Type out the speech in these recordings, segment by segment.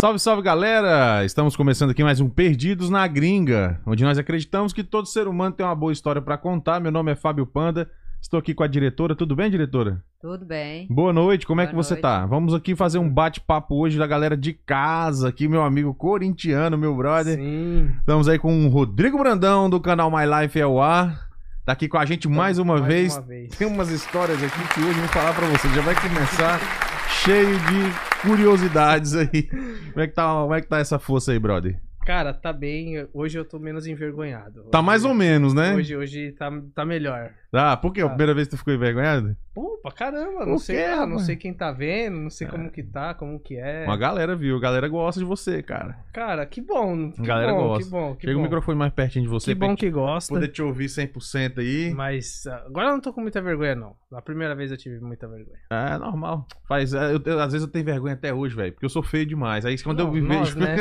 Salve, salve, galera! Estamos começando aqui mais um Perdidos na Gringa, onde nós acreditamos que todo ser humano tem uma boa história pra contar. Meu nome é Fábio Panda, estou aqui com a diretora. Tudo bem, diretora? Tudo bem. Boa noite, como é que Boa você noite. tá? Vamos aqui fazer um bate-papo hoje da galera de casa, aqui meu amigo corintiano, meu brother. Sim. Estamos aí com o Rodrigo Brandão, do canal My Life é o Ar. Tá aqui com a gente mais uma vez. Tem umas histórias aqui que hoje eu vou falar pra você. Já vai começar cheio de curiosidades aí. Como é que tá essa força aí, brother? Cara, tá bem. Hoje eu tô menos envergonhado. Tá mais ou menos, né? Hoje tá melhor. Ah, por quê? A primeira vez que tu ficou envergonhado? Pô, pra caramba. Por Não sei, quê, não rapaz? sei quem tá vendo, não sei como que tá, como que é. Uma galera viu, a galera gosta de você, cara. Cara, que bom. A galera gosta. Que bom, que Chega bom. o microfone mais pertinho de você Que bom que gosta. poder te ouvir 100% aí. Mas agora eu não tô com muita vergonha, não. A primeira vez eu tive muita vergonha. É normal. Às vezes eu tenho vergonha até hoje, velho, porque eu sou feio demais. Aí quando eu me Nós, vejo. né?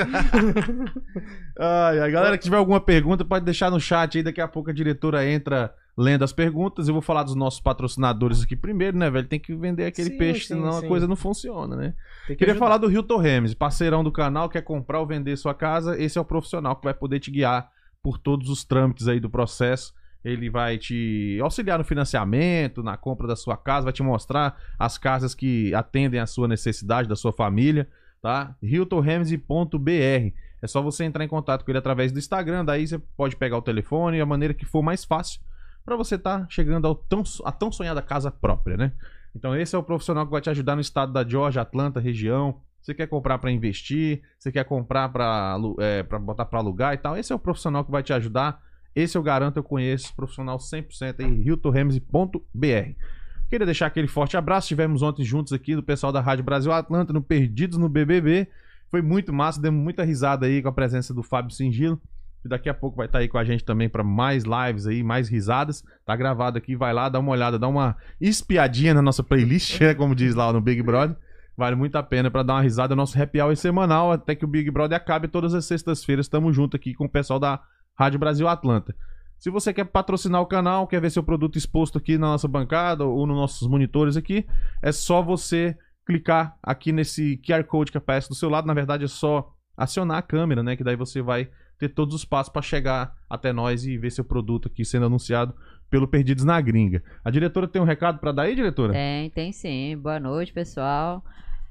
Ai, a galera que tiver alguma pergunta pode deixar no chat aí. Daqui a pouco a diretora entra lendo as perguntas. Eu vou falar dos nossos patrocinadores aqui primeiro, né, velho? Tem que vender aquele Sim, peixe, sim, senão a sim. coisa não funciona, né? Tem que Queria ajudar. falar do Hilton Remes, parceirão do canal, quer comprar ou vender sua casa. Esse é o profissional que vai poder te guiar por todos os trâmites aí do processo. Ele vai te auxiliar no financiamento, na compra da sua casa, vai te mostrar as casas que atendem a sua necessidade, da sua família, tá? HiltonRemes.br. É só você entrar em contato com ele através do Instagram, daí você pode pegar o telefone, a maneira que for mais fácil para você estar chegando à tão sonhada casa própria, né? Então esse é o profissional que vai te ajudar no estado da Georgia, Atlanta, região. Você quer comprar para investir, você quer comprar para botar para alugar e tal. Esse é o profissional que vai te ajudar. Esse eu garanto, eu conheço, profissional 100% aí, HiltonRemes.br. Queria deixar aquele forte abraço. Estivemos ontem juntos aqui do pessoal da Rádio Brasil Atlanta, no Perdidos no BBB. Foi muito massa, demos muita risada aí com a presença do Fábio Singilo. E daqui a pouco vai estar aí com a gente também para mais lives aí, mais risadas. Tá gravado aqui, vai lá, dá uma olhada, dá uma espiadinha na nossa playlist, né, como diz lá no Big Brother. Vale muito a pena para dar uma risada. Nosso happy hour semanal, até que o Big Brother acabe. Todas as sextas-feiras estamos junto aqui com o pessoal da Rádio Brasil Atlanta. Se você quer patrocinar o canal, quer ver seu produto exposto aqui na nossa bancada ou nos nossos monitores aqui, é só você clicar aqui nesse QR Code que aparece do seu lado. Na verdade é só acionar a câmera, né? Que daí você vai ter todos os passos para chegar até nós e ver seu produto aqui sendo anunciado pelo Perdidos na Gringa. A diretora tem um recado para dar aí, diretora? Tem sim. Boa noite, pessoal.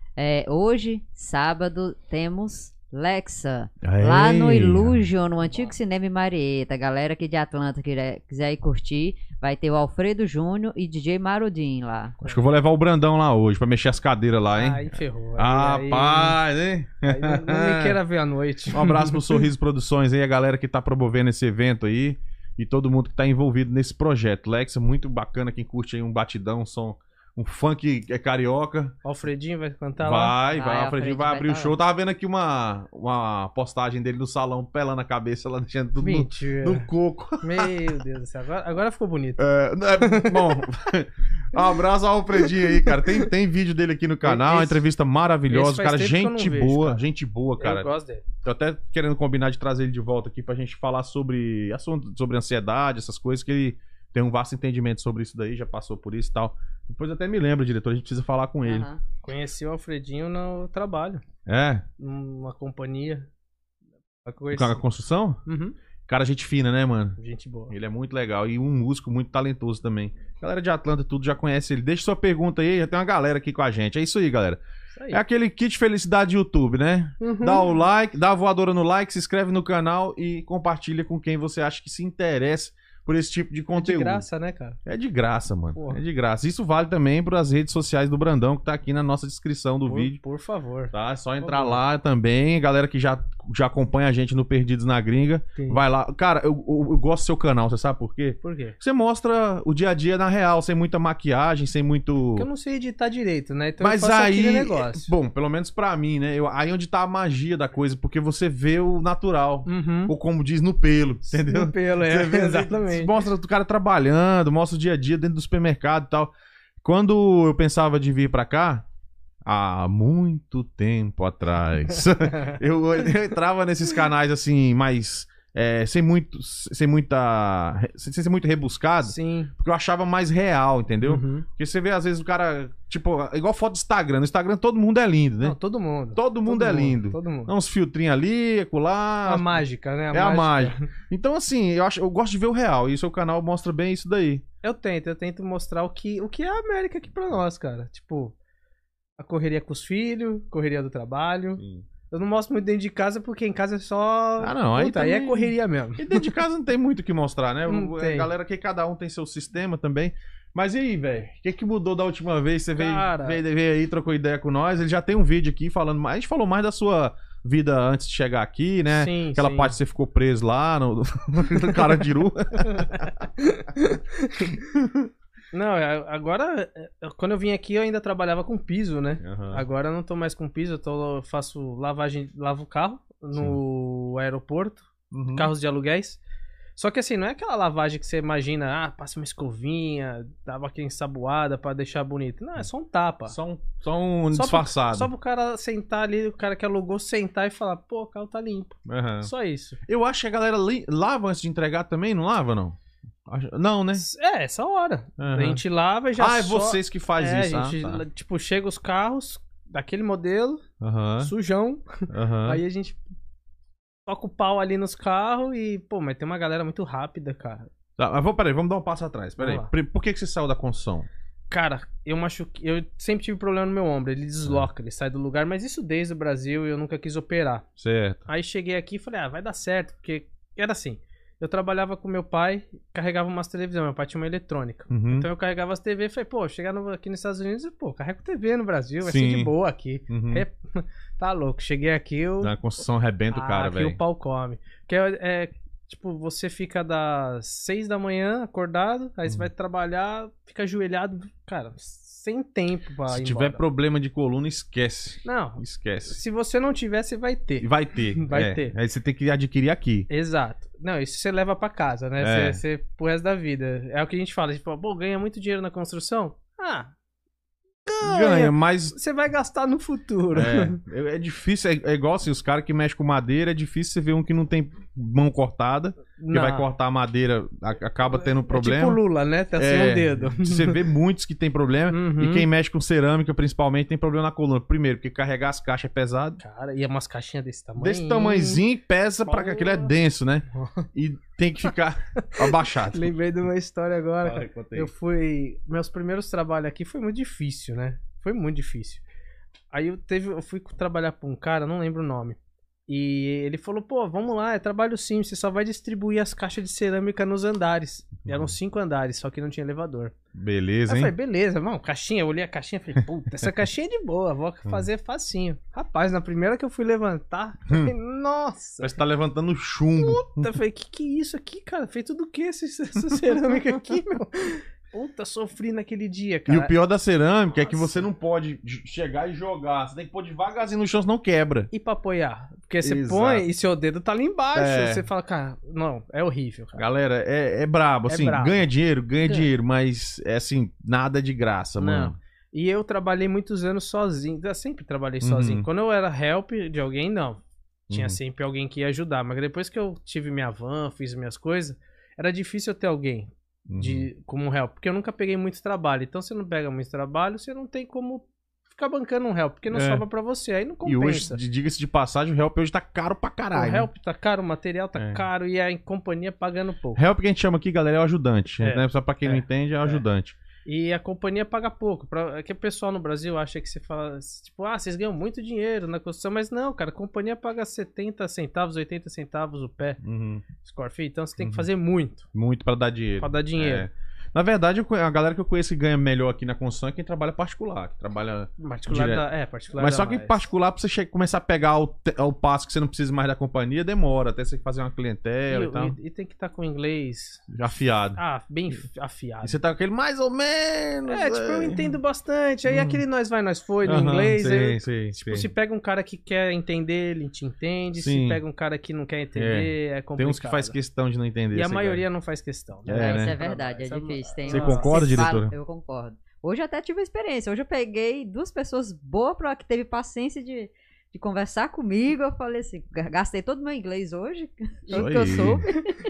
Hoje, sábado, temos Lexa. Lá no Illusion, no antigo Cinema em Marieta. Galera aqui de Atlanta que quiser ir curtir, vai ter o Alfredo Júnior e DJ Marodin lá. Acho que eu vou levar o Brandão lá hoje para mexer as cadeiras lá, hein? Aí ferrou. Rapaz, hein? Aí não me queira ver à noite. Um abraço pro Sorriso Produções aí, a galera que tá promovendo esse evento aí e todo mundo que tá envolvido nesse projeto. Lexa, muito bacana, quem curte aí um batidão, um funk carioca. Alfredinho vai cantar lá? Vai, o Alfredinho vai abrir o show. Tava vendo aqui uma postagem dele no salão, pelando a cabeça, lá deixando tudo Mentira. no coco. Meu Deus do céu. Agora ficou bonito. Bom, um abraço ao Alfredinho aí, cara. Tem vídeo dele aqui no canal, uma entrevista maravilhosa. esse faz Cara, tempo que eu não gente vejo, boa, cara. gente boa, cara. Eu gosto dele. Tô até querendo combinar de trazer ele de volta aqui pra gente falar sobre assunto, sobre ansiedade, essas coisas, que ele tem um vasto entendimento sobre isso daí, já passou por isso e tal. Depois até me lembro, diretor, a gente precisa falar com ele. Aham. Conheci o Alfredinho no trabalho. É? Numa companhia. Com a construção? Uhum. Cara, gente fina, né, mano? Gente boa. Ele é muito legal e um músico muito talentoso também. Galera de Atlanta, tudo já conhece ele. Deixa sua pergunta aí, já tem uma galera aqui com a gente. É isso aí, galera. Isso aí. É aquele kit felicidade YouTube, né? Uhum. Dá o like, dá a voadora no like, se inscreve no canal e compartilha com quem você acha que se interessa por esse tipo de É conteúdo. de graça, né, cara? É de graça, mano. Porra. É de graça. Isso vale também para as redes sociais do Brandão, que tá aqui na nossa descrição do vídeo. Por favor. Tá? É só entrar favor. lá também. Galera que já acompanha a gente no Perdidos na Gringa. Sim. Vai lá. Cara, eu gosto do seu canal, você sabe por quê? Por quê? Você mostra o dia a dia na real, sem muita maquiagem, sem muito. Porque eu não sei editar direito, né? Então Mas eu faço aquele aí, negócio. bom, pelo menos pra mim, né? Aí onde tá a magia da coisa, porque você vê o natural. Uhum. Ou como diz, no pelo, entendeu? No pelo, Você vê, exatamente. Mostra o cara trabalhando, mostra o dia a dia dentro do supermercado e tal. Quando eu pensava de vir pra cá, há muito tempo atrás, eu entrava nesses canais assim, mais sem ser muito rebuscado, Sim. porque eu achava mais real, entendeu? Uhum. Porque você vê, às vezes, o cara, tipo, igual foto do Instagram. No Instagram todo mundo é lindo, né? Não, todo mundo. Todo mundo é lindo. Todo mundo. Dá uns filtrinhos ali, acolá. A mágica, né? É a mágica. Então, assim, eu gosto de ver o real. E o seu canal mostra bem isso daí. Eu tento mostrar o que é a América aqui pra nós, cara. Tipo, a correria com os filhos, correria do trabalho. Sim. Eu não mostro muito dentro de casa porque em casa é só. Ah, não. Aí, Puta, aí é também... correria mesmo. E dentro de casa não tem muito o que mostrar, né? Não A tem. galera que cada um tem seu sistema também. Mas e aí, velho? O que mudou da última vez? Você Cara... veio aí, trocou ideia com nós. Ele já tem um vídeo aqui falando mais. A gente falou mais da sua vida antes de chegar aqui, né? Sim, Aquela sim. parte que você ficou preso lá no Carandiru. Não, agora, quando eu vim aqui, eu ainda trabalhava com piso, né? Uhum. Agora eu não tô mais com piso, eu faço lavagem, lavo o carro no aeroporto, Uhum. carros de aluguéis. Só que assim, não é aquela lavagem que você imagina, passa uma escovinha, dava aquela ensaboada pra deixar bonito. Não, é só um tapa. Só um disfarçado. Só pro cara sentar ali, o cara que alugou sentar e falar, pô, o carro tá limpo. Uhum. Só isso. Eu acho que a galera lava antes de entregar também, não lava, não? Não, né? É, essa hora. Uhum. A gente lava e já é vocês que fazem isso. A gente, tá. tipo, chega os carros daquele modelo, Uhum. sujão. Uhum. Aí a gente toca o pau ali nos carros e, pô, mas tem uma galera muito rápida, cara. Tá, mas peraí, vamos dar um passo atrás. Peraí. Vamos lá. Por que você saiu da construção? Cara, eu sempre tive problema no meu ombro, ele desloca, ele sai do lugar, mas isso desde o Brasil e eu nunca quis operar. Certo. Aí cheguei aqui e falei, vai dar certo, porque era assim, eu trabalhava com meu pai, carregava umas televisões, meu pai tinha uma eletrônica. Uhum. Então eu carregava as TV e falei, pô, chegar aqui nos Estados Unidos, pô, carrego TV no Brasil, vai Sim. ser de boa aqui. Uhum. Tá louco, cheguei aqui, eu... Na construção arrebenta o cara, aqui velho. o pau come. Que tipo, você fica das 6 da manhã acordado, aí você vai trabalhar, fica ajoelhado, cara, sem tempo pra Se ir tiver embora. problema de coluna, esquece. Não, Esquece. se você não tiver, você vai E ter. vai ter. Vai ter. Aí você tem que adquirir aqui. Exato. Não, isso você leva pra casa, né? É. Você pro resto da vida. É o que a gente fala, tipo, pô, ganha muito dinheiro na construção? Ganha, mas Você vai gastar no futuro. é difícil. É igual assim, os caras que mexem com madeira, é difícil você ver um que não tem mão cortada. Que Não. vai cortar a madeira, acaba tendo problema. É tipo Lula, né? Tá sem um dedo. Você vê muitos que tem problema. Uhum. E quem mexe com cerâmica, principalmente, tem problema na coluna. Primeiro, porque carregar as caixas é pesado. Cara, e é umas caixinhas desse tamanho. Desse tamanhozinho, pesa pra Porra. aquilo é denso, né? E tem que ficar abaixado. Lembrei de uma história agora, cara. Conta aí. Eu fui. Meus primeiros trabalhos aqui foi muito difícil, né? Foi muito difícil. Aí eu fui trabalhar pra um cara, não lembro o nome. E ele falou, pô, vamos lá, é trabalho simples, você só vai distribuir as caixas de cerâmica nos andares. E eram 5 andares, só que não tinha elevador. Beleza, Aí eu hein? falei, beleza, mano, caixinha, eu olhei a caixinha e falei, puta, essa caixinha é de boa, vou fazer facinho. Rapaz, na primeira que eu fui levantar, eu falei, nossa. Você tá levantando chumbo. Puta, eu falei, que é isso aqui, cara? Feito do que essa cerâmica aqui, meu? Puta, sofri naquele dia, cara. E o pior da cerâmica é que você não pode chegar e jogar. Você tem que pôr devagarzinho no chão, senão quebra. E pra apoiar? Porque você Exato. põe e seu dedo tá ali embaixo. É. Você fala, cara, não, é horrível, cara. Galera, é brabo. É Assim, brabo. ganha dinheiro, mas é assim, nada de graça, mano. E eu trabalhei muitos anos sozinho. Eu sempre trabalhei Uhum. sozinho. Quando eu era help de alguém, não. Tinha Uhum. sempre alguém que ia ajudar. Mas depois que eu tive minha van, fiz minhas coisas, era difícil eu ter alguém como um help. Porque eu nunca peguei muito trabalho. Então, você não pega muito trabalho, você não tem como ficar bancando um help. Porque não sobra pra você. Aí não E compensa. hoje, diga-se de passagem, o help hoje tá caro pra caralho. O help tá caro, o material tá É. caro e a companhia pagando pouco. Help que a gente chama aqui, galera, é o ajudante. É. Né? Só pra quem não entende, é o ajudante. E a companhia paga pouco. É que o pessoal no Brasil acha que você fala, tipo, vocês ganham muito dinheiro na construção, mas não, cara, a companhia paga 70 centavos, 80 centavos o pé, Uhum. square feet, então você tem que fazer muito Muito pra dar dinheiro. pra dar dinheiro. É. Na verdade, a galera que eu conheço que ganha melhor aqui na construção é quem trabalha particular, que trabalha Particular direto. particular Mas dá só que em mais. particular, pra você começar a pegar o passo que você não precisa mais da companhia, demora. Até você fazer uma clientela e tal. E tem que estar com o inglês Afiado. bem afiado. E você tá com aquele mais ou menos. Tipo, eu entendo bastante. Aí aquele nós vai, nós foi no inglês. Aí, tipo, se pega um cara que quer entender, ele te entende. Sim. Se pega um cara que não quer entender, é complicado. Tem uns que faz questão de não entender. E a esse maioria não faz questão. É, Isso né? é verdade, é Isso é- difícil. Tem Você uma- concorda, você fala- diretora? Eu concordo. Hoje eu até tive uma experiência. Hoje eu peguei 2 pessoas boas que teve paciência de de conversar comigo. Eu falei assim, gastei todo o meu inglês hoje, tudo Isso que eu aí. soube.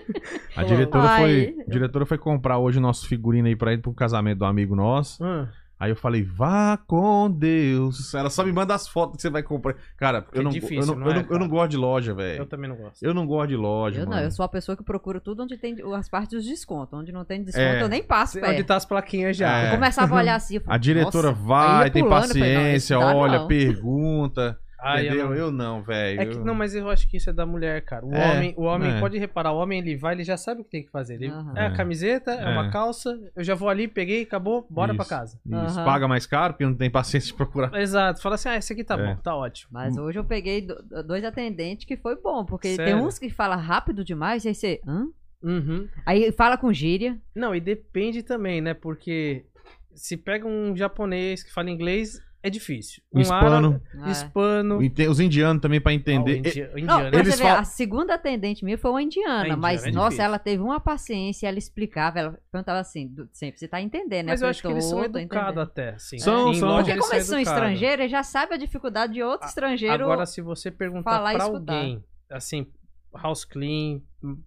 A diretora Aí- a diretora foi comprar hoje o nosso figurino aí pra ir pro casamento do amigo nosso. Aí eu falei, vá com Deus. Ela só me manda as fotos que você vai comprar. Cara, Que difícil, não é, eu não cara? gosto de loja, Eu velho. também não gosto. Eu não gosto de loja, Eu mano. não, eu sou a pessoa que procura tudo onde tem as partes dos descontos. Onde não tem desconto, É. eu nem passo Onde perto. tá as plaquinhas já? É. Eu começava a olhar assim, eu A falei, diretora nossa. Aí vai, ia tem pulando, eu falei, não, paciência, esse dá olha, não. pergunta. Ah, entendeu? Eu não, velho. É que, não, mas eu acho que isso é da mulher, cara. O homem é. pode reparar, o homem ele vai, ele já sabe o que tem que fazer. Ele, Aham. é a camiseta, é uma É. calça, eu já vou ali, peguei, acabou, bora pra Isso, casa. Isso. Aham. Paga mais caro porque não tem paciência de procurar. Exato, fala assim, esse aqui tá É. bom, tá ótimo. Mas hoje eu peguei dois atendentes que foi bom, porque tem Sério? uns que fala rápido demais, aí você, hã? Uhum. Aí fala com gíria. Não, e depende também, né? Porque se pega um japonês que fala inglês, é difícil. Um hispano. É. Hispano. E tem os indianos também pra Ah, o entender. indiano. Não, pra Eles você ver, falam- a segunda atendente minha foi uma indiana, A indiana mas, é nossa, difícil. ela teve uma paciência, ela explicava, ela perguntava assim, sempre, você tá entendendo, né? Mas eu acho que eles são "Tô educados entendendo." até, assim. São, Em são. loja Porque como eles são educados. estrangeiros, eles já sabem a dificuldade de outro estrangeiro. Agora, se você perguntar falar e pra escutar. alguém, assim, house clean,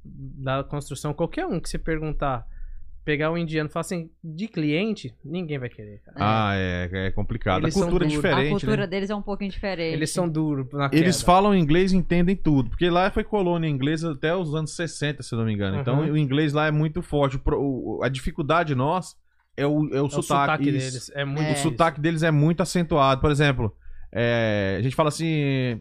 da construção, qualquer um que você perguntar, pegar um indiano e falar assim, de cliente, ninguém vai querer, cara. Ah, é complicado. Eles a cultura é são duros. diferente, a cultura né? deles é um pouquinho diferente. Eles são duros na Eles queda. falam inglês e entendem tudo. Porque lá foi colônia inglesa até os anos 60, se eu não me engano. Então Uhum. o inglês lá é muito forte. A dificuldade nossa é o É o sotaque. sotaque Isso. deles. É muito O difícil. sotaque deles é muito acentuado. Por exemplo, a gente fala assim...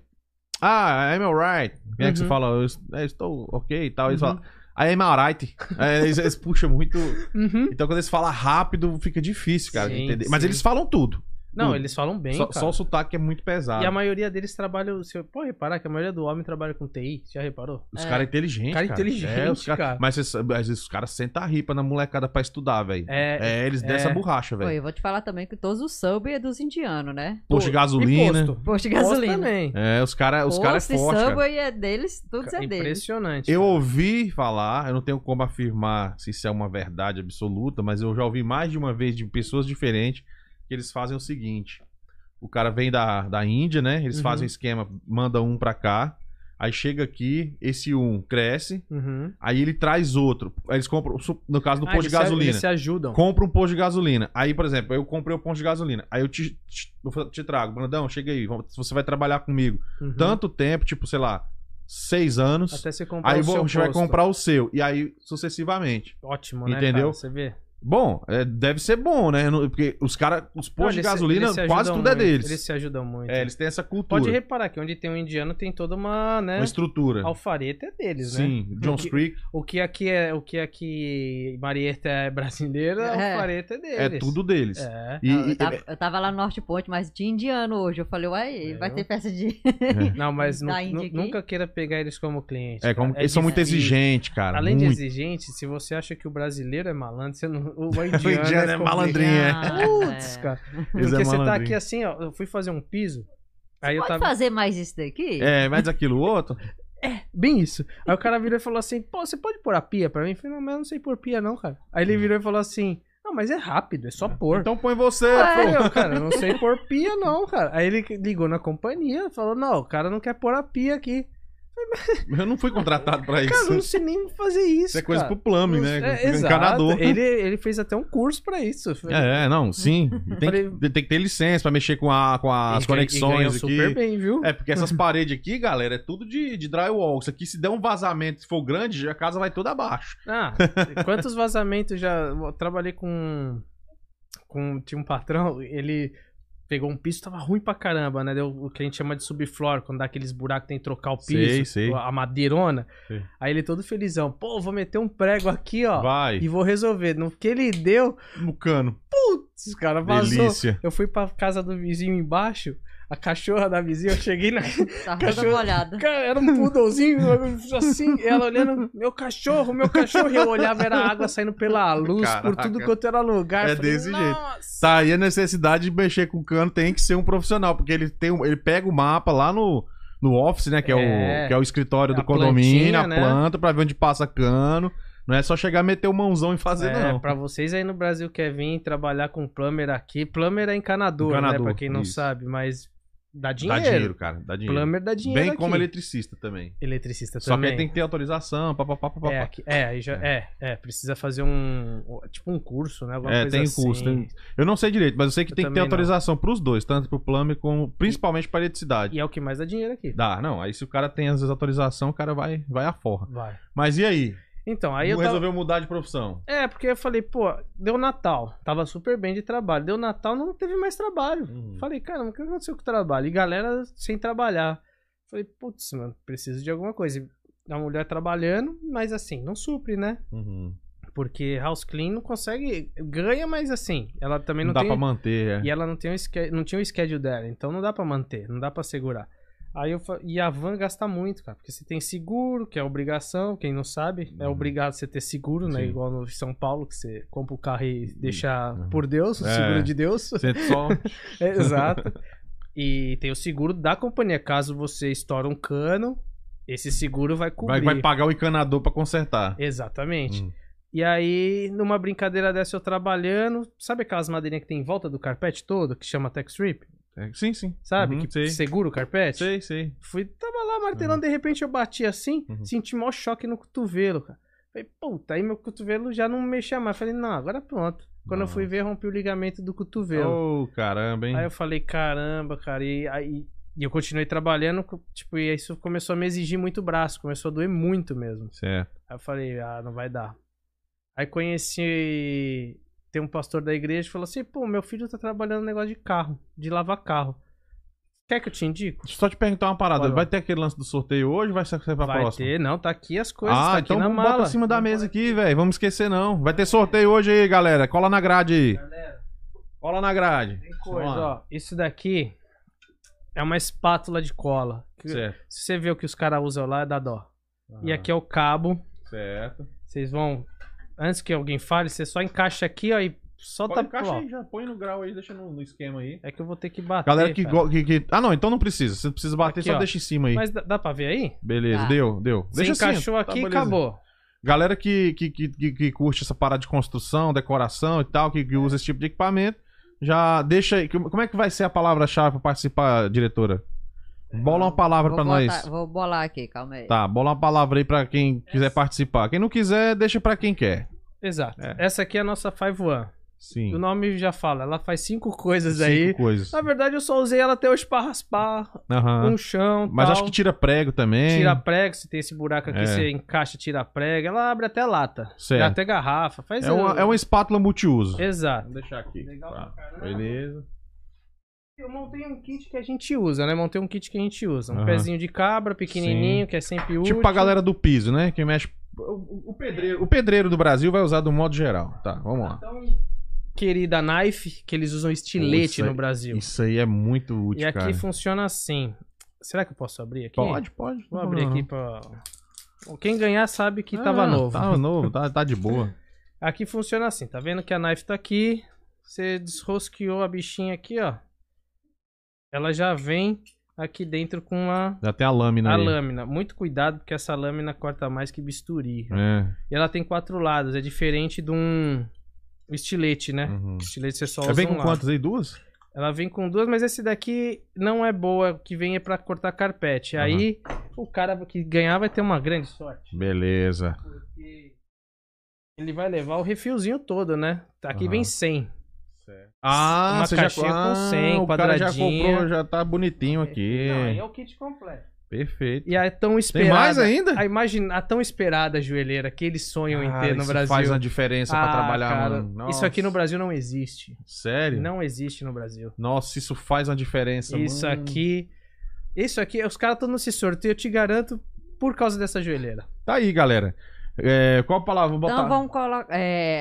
Ah, I'm alright. Quem é que você Uhum. fala? Eu estou ok e tal. Eles Uhum. falam... I'm alright. Eles puxam muito... Uhum. Então quando eles falam rápido, fica difícil, cara, de Sim, entender. Mas sim. eles falam tudo. Não, Tudo. eles falam bem, Só cara. o sotaque é muito pesado. E a maioria deles trabalha... Você pode reparar que a maioria do homem trabalha com TI. Já reparou? Os caras inteligentes, Cara cara. inteligente, os cara. Mas os caras sentam a ripa na molecada pra estudar, velho. Eles é. dessa borracha, Pô, velho. eu vou te falar também que todos os Subway é dos indianos, né? Posto de Pô, gasolina. e posto? Posto de Posto gasolina. também. Os caras é Posto e forte, cara. Subway é deles, tudo é deles. Impressionante. Eu cara. ouvi falar, eu não tenho como afirmar se isso é uma verdade absoluta, mas eu já ouvi mais de uma vez de pessoas diferentes que eles fazem o seguinte. O cara vem da Índia, né? Eles Uhum. fazem um esquema, manda um pra cá, aí chega aqui, esse um cresce, Uhum. aí ele traz outro. Aí eles compram, no caso do posto de eles se- gasolina. Eles se ajudam. Compra um posto de gasolina. Aí, por exemplo, eu comprei o posto de gasolina. Aí eu te trago. Brandão, chega aí. Você vai trabalhar comigo. Uhum. Tanto tempo, tipo, sei lá, 6 anos. Até você comprar Aí o seu você vai posto. comprar o seu. E aí, sucessivamente. Ótimo, né, Entendeu? cara? Você vê. Bom, deve ser bom, né? Porque os caras, os Não, postos de eles se- gasolina, eles se quase ajudam tudo é muito. deles. Eles se ajudam muito. Eles têm essa cultura. Pode reparar que onde tem um indiano tem toda uma, né? Uma estrutura. Alfareta é deles, né? Sim, Jones Creek O que aqui Marieta é brasileira, É. Alfareta é é deles. tudo deles. É. E, Eu tava lá no Norte Ponte, mas tinha indiano hoje. Eu falei, uai, vai ter festa de. Não, mas Da Índia aqui. nunca queira pegar eles como cliente. como, cara. eles são muito difícil. exigentes, cara. Além de muito. exigente, se você acha que o brasileiro é malandro, você não, o indiano, indiano é complicado. malandrinho, é. Putz, cara. Eles Porque é você tá malandrinho. aqui assim, ó. Eu fui fazer um piso. Aí eu Pode tava. fazer mais isso daqui? Mas aquilo outro. Bem isso. Aí o cara virou e falou assim: pô, você pode pôr a pia pra mim? Eu falei: não, mas eu não sei pôr pia, não, cara. Aí ele virou e falou assim: não, mas é rápido, é só pôr. Então põe você, Aí pô. eu, cara, eu não sei pôr pia, não, cara. Aí ele ligou na companhia, falou: não, o cara não quer pôr a pia aqui. Eu não fui contratado pra Cara, eu isso. não sei nem fazer isso. Isso é coisa cara. pro plumbing, Não né? sei- exato. Encanador. Ele fez até um curso pra isso. Não, sim. Falei- Tem que ter licença pra mexer com as E ganhou conexões aqui. super bem, viu? Porque essas paredes aqui, galera, é tudo de drywall. Isso aqui, se der um vazamento, se for grande, a casa vai toda abaixo. Ah, quantos vazamentos já... Eu trabalhei tinha um patrão, ele pegou um piso, tava ruim pra caramba, né? Deu o que a gente chama de subfloor, quando dá aqueles buracos que tem que trocar o piso, Sei. a madeirona. Sei. Aí ele todo felizão, pô, vou meter um prego aqui, ó, Vai. e vou resolver. No que ele deu, No cano. putz, cara, vazou. Delícia. Eu fui pra casa do vizinho embaixo, a cachorra da vizinha, eu cheguei na... Tá toda Cachorro- molhada. Cara, era um poodlezinho, assim, ela olhando, meu cachorro, e eu olhava, era água saindo pela luz, por Caraca. tudo quanto era lugar. É Eu falei, desse jeito. "Nossa." Tá aí a necessidade de mexer com o cano, tem que ser um profissional, porque ele pega o mapa lá no office, né? Que é o escritório do A condomínio, plantinha, a né? planta, pra ver onde passa cano. Não é só chegar, meter o mãozão e fazer, não. Pra vocês aí no Brasil que quer vir trabalhar com plumber aqui, plumber é encanador, né? Encanador, Pra quem não isso. sabe, mas Dá dinheiro. Dá dinheiro, cara. Dá dinheiro. Plumber dá dinheiro Bem aqui. como eletricista também. Eletricista Só que também. aí tem que ter autorização, papapá. Aí já, precisa fazer tipo um curso, né? Alguma coisa Tem assim. curso. Eu não sei direito, mas eu sei que Eu tem que ter também autorização pros dois, tanto pro plumber como principalmente pra eletricidade. E é o que mais dá dinheiro aqui. Dá, não. Aí se o cara tem às vezes autorização, o cara vai a forra. Vai. Mas e aí? Então, aí Resolveu mudar de profissão? Porque eu falei, pô, deu Natal. Tava super bem de trabalho. Deu Natal, não teve mais trabalho. Falei, caramba, o que aconteceu com o trabalho? E galera sem trabalhar. Falei, putz, mano, preciso de alguma coisa. A mulher trabalhando, mas assim, não supre, né? Porque house clean não consegue... Ganha, mas assim, ela também não dá tem... pra manter, E ela não tinha o schedule dela. Então não dá pra manter, não dá pra segurar. Aí e a van gasta muito, cara, porque você tem seguro, que é obrigação, quem não sabe, é obrigado você ter seguro, né? Sim. Igual no São Paulo, que você compra o carro e deixa por Deus, o seguro de Deus. Sente só... Exato. E tem o seguro da companhia, caso você estoure um cano, esse seguro vai cobrir. Vai pagar o encanador pra consertar. Exatamente. E aí, numa brincadeira dessa, eu trabalhando, sabe aquelas madeirinhas que tem em volta do carpete todo, que chama Tech Strip? Sim, sim. Sabe? Que sei. segura o carpete? Sei. Tava lá martelando, de repente eu bati assim, senti maior choque no cotovelo, cara. Falei, puta, aí meu cotovelo já não mexia mais. Falei, não, agora pronto. Quando eu fui ver, rompi o ligamento do cotovelo. Oh, caramba, hein? Aí eu falei, caramba, cara. E eu continuei trabalhando, tipo, e isso começou a me exigir muito braço, começou a doer muito mesmo. Certo. Aí eu falei, não vai dar. Aí conheci... Tem um pastor da igreja que falou assim, pô, meu filho tá trabalhando no negócio de carro, de lavar carro. Quer que eu te indico? Deixa eu só te perguntar uma parada. Vai ter aquele lance do sorteio hoje ou vai ser pra próxima? Vai ter, não, tá aqui as coisas, tá aqui então na mala. bota em cima da mesa aqui, velho. Vamos esquecer não. Vai ter sorteio hoje aí, galera. Cola na grade aí. Galera, cola na grade. Tem coisa, ó. Isso daqui é uma espátula de cola. Certo. Se você vê o que os caras usam lá, dá dó. E aqui é o cabo. Certo. Vocês vão... Antes que alguém fale, você só encaixa aqui, ó, e solta... Encaixa aí, já põe no grau aí, deixa no esquema aí. É que eu vou ter que bater, galera que... Ah, não, então não precisa. Você precisa bater, aqui, só ó. deixa em cima aí. Mas dá pra ver aí? Beleza, deu. Você Deixa encaixou assim, aqui e beleza. acabou. Galera que curte essa parada de construção, decoração e tal, que usa esse tipo de equipamento, já deixa aí. Como é que vai ser a palavra-chave pra participar, diretora? Bola uma palavra pra nós. Vou bolar aqui, calma aí. Tá, bola uma palavra aí pra quem quiser participar. Quem não quiser, deixa pra quem quer. Exato. Essa aqui é a nossa 5-1. Sim. O nome já fala, ela faz 5 coisas 5 aí. coisas. Na verdade, eu só usei ela até hoje pra raspar um chão. Mas tal. acho que tira prego também. Tira prego, se tem esse buraco aqui, você encaixa, tira prego. Ela abre até lata. Certo. Dá até garrafa. Faz É uma espátula multiuso. Exato. Vou deixar aqui. Legal pra caramba. Beleza. Eu montei um kit que a gente usa, né? Montei um kit que a gente usa. Um pezinho de cabra, pequenininho, que é sempre útil. Tipo a galera do piso, né? Que mexe... O pedreiro do Brasil vai usar do modo geral. Tá, vamos lá. Então, querida knife, que eles usam estilete no Brasil. Isso aí é muito útil, E aqui cara. funciona assim. Será que eu posso abrir aqui? Pode. Vou abrir aqui pra... Quem ganhar sabe que tava novo. Tava novo, tá de boa. Aqui funciona assim, tá vendo que a knife tá aqui. Você desrosqueou a bichinha aqui, ó. Ela já vem aqui dentro com Já tem a lâmina aí. lâmina. Muito cuidado, porque essa lâmina corta mais que bisturi. E ela tem 4 lados. É diferente de um estilete, né? Estilete você só usa Vem com lado. quantas aí? 2? Ela vem com 2, mas esse daqui não é boa. O que vem é pra cortar carpete. Aí o cara que ganhar vai ter uma grande sorte. Beleza. Porque ele vai levar o refilzinho todo, né? Aqui vem 100. Uma você caixinha com 100, o cara já quadradinha. comprou, já tá bonitinho aqui. Não, aí é o kit completo. Perfeito. E a tão esperada... Tem mais ainda? A tão esperada joelheira que eles sonham em ter no isso Brasil. faz uma diferença pra trabalhar, cara, mano. isso aqui no Brasil não existe. Sério? Não existe no Brasil. Nossa, isso faz uma diferença. Isso aqui, os caras estão nesse sorteio, eu te garanto, por causa dessa joelheira. Tá aí, galera. Qual palavra? Vou botar. Então vamos colocar.